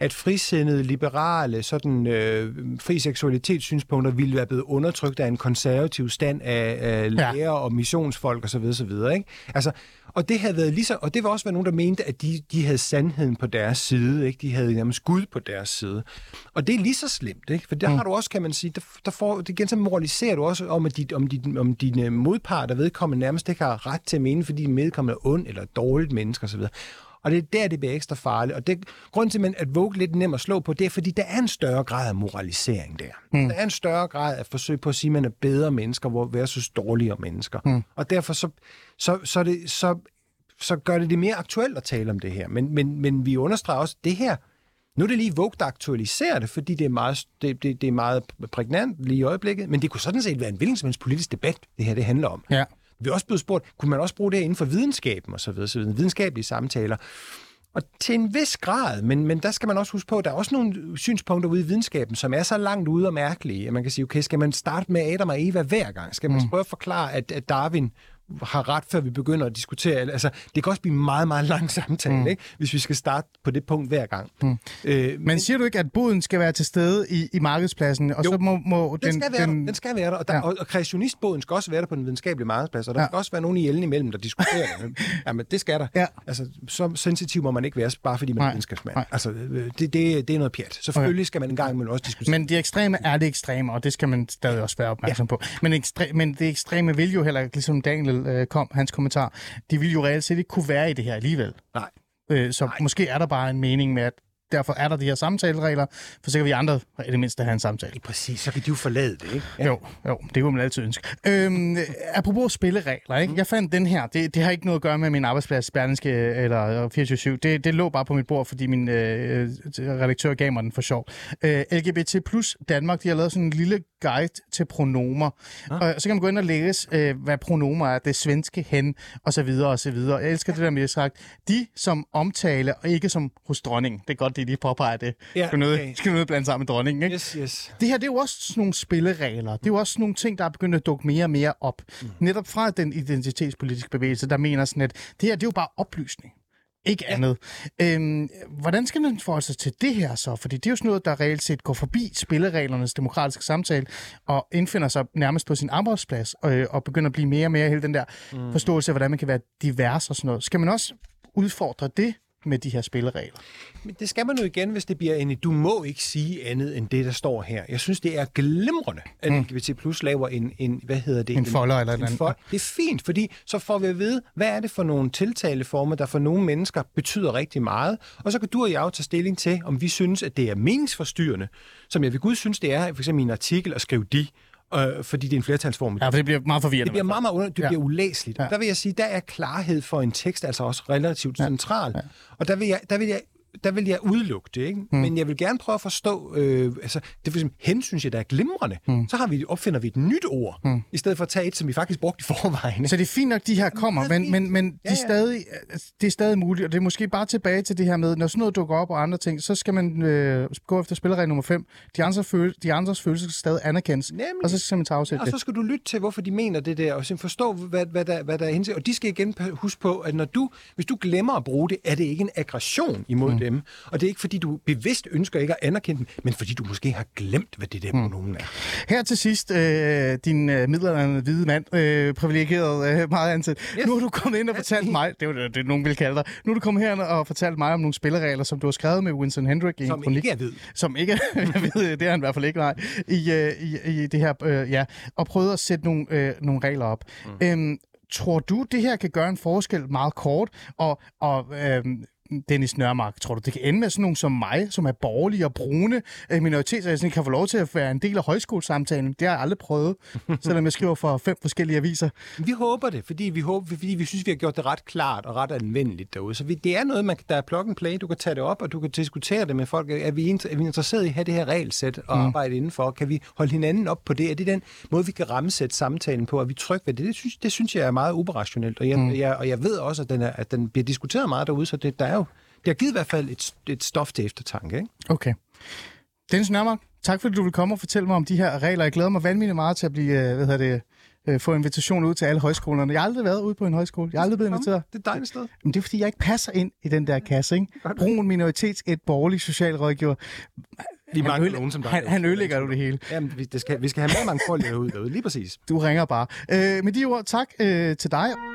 at frisindede, liberale, sådan øh, fri seksualitetssynspunkter ville være blevet undertrykt af en konservativ stand af, af læger ja. og missionsfolk osv. osv. Ikke? Altså, og det havde været lige så, og det var også nogen, der mente, at de, de havde sandheden på deres side, ikke? De havde nærmest Gud på deres side. Og det er lige så slemt, ikke? For der mm. har du også, kan man sige, der, der får, det igen så moraliserer du også om, at dit, om, dit, om dine modparter vedkommende nærmest ikke har ret til at mene, fordi medkommende er ond eller dårligt menneske osv. Og det er der, det bliver ekstra farligt. Og det grund til, at Vogue lidt nem at slå på, det er, fordi der er en større grad af moralisering der. Mm. Der er en større grad af forsøg på at sige, at man er bedre mennesker versus dårligere mennesker. Mm. Og derfor så, så, så, det, så, så gør det det mere aktuelt at tale om det her. Men, men, men vi understreger også, det her, nu er det lige Vogue, der aktualiserer det, fordi det er meget, det, det, det er meget prægnant lige i øjeblikket. Men det kunne sådan set være en hvilken som helst politisk debat, det her det handler om. Ja. Vi er også blevet spurgt, kunne man også bruge det her inden for videnskaben og så videre, så videre, videnskabelige samtaler. Og til en vis grad, men, men der skal man også huske på, at der er også nogle synspunkter ude i videnskaben, som er så langt ude og mærkelige, at man kan sige, okay, skal man starte med Adam og Eva hver gang? Skal man mm. prøve at forklare, at, at Darwin har ret, før vi begynder at diskutere? Altså, det kan også blive en meget, meget lang samtale, mm. ikke? Hvis vi skal starte på det punkt hver gang. Mm. Øh, men, men siger du ikke, at boden skal være til stede i, i markedspladsen? Og jo, så må, må den, den, skal være den... der. Den skal være der. Og, der, ja. og, og kreationistboden skal også være der på den videnskabelige markedsplads, og der ja. skal også være nogen i elen imellem, der diskuterer det. Jamen, det skal der. Ja. Altså, så sensitiv må man ikke være, bare fordi man Nej. er videnskabsmand. Altså, det, det, det er noget pjat. Selvfølgelig okay. skal man en gang imellem også diskutere. Men de ekstreme er det ekstreme, og det skal man stadig også være opmærksom ja. på. Men, ekstre, men det ekstreme vil jo heller ikke, ligesom Daniel øh, kom, hans kommentar, de vil jo reelt set ikke kunne være i det her alligevel. Nej. Øh, så Nej. måske er der bare en mening med, at derfor er der de her samtaleregler, for så kan vi andre i det mindste have en samtale. Ja, præcis, så kan de jo forlade det, ikke? Ja. Jo, jo, det kunne man altid ønske. Øhm, apropos spilleregler, ikke? Jeg fandt den her. Det, det har ikke noget at gøre med min arbejdsplads, Berlingske eller fireogtyve syv. Det, det lå bare på mit bord, fordi min øh, redaktør gav mig den for sjov. Øh, L G B T plus Danmark, de har lavet sådan en lille guide til pronomer. Ah. Og så kan man gå ind og læse, øh, hvad pronomer er, det svenske, hen, og så videre, og så videre. Jeg elsker det der med, at sagt, de som omtale, og ikke som hos dronningen. Det er godt, de lige påpeger det. Ja, skal noget, okay. skal noget blande sammen med dronningen, ikke? Yes, yes. Det her, det er jo også sådan nogle spilleregler. Det er jo også sådan nogle ting, der er begyndt at dukke mere og mere op. Mm. Netop fra den identitetspolitiske bevægelse, der mener sådan, at det her, det er jo bare oplysning. Ikke ja. andet. Øhm, hvordan skal man forholde sig til det her så? Fordi det er jo sådan noget, der reelt set går forbi spillereglernes demokratiske samtale og indfinder sig nærmest på sin arbejdsplads og, og begynder at blive mere og mere hele den der mm. forståelse af, hvordan man kan være divers og sådan noget. Skal man også udfordre det med de her spilleregler? Men det skal man jo igen, hvis det bliver en, du må ikke sige andet end det, der står her. Jeg synes, det er glimrende, at mm. L G B T plus laver en, en, hvad hedder det? En folder eller en, en for, Det er fint, fordi så får vi at vide, hvad er det for nogle tiltaleformer, der for nogle mennesker betyder rigtig meget, og så kan du og jeg jo tage stilling til, om vi synes, at det er meningsforstyrrende, som jeg ved Gud synes, det er, for eksempel i en artikel at skrive de, Øh, fordi det er en flertalsform. Ja, for det bliver meget forvirrende. Det bliver meget, meget under, det ja. bliver ulæseligt. Ja. Der vil jeg sige, der er klarhed for en tekst altså også relativt ja. central. Ja. Og der vil jeg, der vil jeg der vil jeg udelukke det, ikke? Mm. Men jeg vil gerne prøve at forstå, øh, altså, det er for eksempel, hen synes jeg, der er glimrende. Mm. Så har vi, opfinder vi et nyt ord, mm. i stedet for at tage et, som vi faktisk brugte i forvejen. Så det er fint nok, de her kommer, men, men, men de ja, ja. Stadig, det er stadig muligt, og det er måske bare tilbage til det her med, når sådan noget dukker op og andre ting, så skal man øh, gå efter spilleregel nummer fem. De, andre føle, de andres følelser skal stadig anerkendes, Nemlig. og så skal man tage afsæt ja, og så skal du lytte til, hvorfor de mener det der, og forstå, hvad, hvad, der, hvad der er hensigt. Og de skal igen huske på, at når du, hvis du glemmer at bruge det, er det ikke en aggression imod mm. dem, og det er ikke fordi du bevidst ønsker ikke at anerkende dem, men fordi du måske har glemt, hvad det der pronomen er. Her til sidst, øh, din øh, middelaldrende hvide mand, øh, privilegeret øh, meget ansat. Yes. Nu har du kommet ind og fortalt mig, det er jo det, nogen vil kalde dig, nu har du kommet her og fortalt mig om nogle spilleregler, som du har skrevet med Winston Hendrick i som en kronik. Ikke er ved. Som ikke er ved. Det er han i hvert fald ikke, nej. I, øh, i, i det her, øh, ja. Og prøvet at sætte nogle, øh, nogle regler op. Mm. Øhm, tror du, det her kan gøre en forskel meget kort, og, og øh, Dennis Nørmark, tror du, det kan ende med sådan nogen som mig, som er borgerlige og brune minoriteter, jeg kan få lov til at være en del af højskolesamtalen? Det har jeg aldrig prøvet, selvom jeg skriver for fem forskellige aviser. Vi håber det, fordi vi, håber, fordi vi synes, vi har gjort det ret klart og ret anvendeligt derude. Så vi, det er noget, man, der er plug and play. Du kan tage det op, og du kan diskutere det med folk. Er vi, er vi interesseret i at have det her regelsæt og mm. arbejde indenfor? Kan vi holde hinanden op på det? Er det den måde, vi kan rammesætte samtalen på? Er vi trygge ved det? Det synes, det synes jeg er meget operationelt. Og jeg, mm. jeg, og jeg ved også, at den, er, at den bliver diskuteret meget derude, så det, der er jo det har givet i hvert fald et, et stof til eftertanke, ikke? Okay. Dennis Nørmark, tak fordi du vil komme og fortælle mig om de her regler. Jeg glæder mig vanvittigt meget til at blive hvad hedder det, øh, få invitation ud til alle højskolerne. Jeg har aldrig været ude på en højskole. Jeg har aldrig blevet inviteret. Det er et dejligt sted. Men det er, fordi jeg ikke passer ind i den der kasse, ikke? Brun minoritets, et borgerlig socialrådgiver. Vi Han, mangler øde, nogen som dig. han, han ødelægger jo det hele. Jamen, vi, det skal, vi skal have mere mangfoldighed ud derude, lige præcis. Du ringer bare. Øh, med de ord, tak øh, til dig.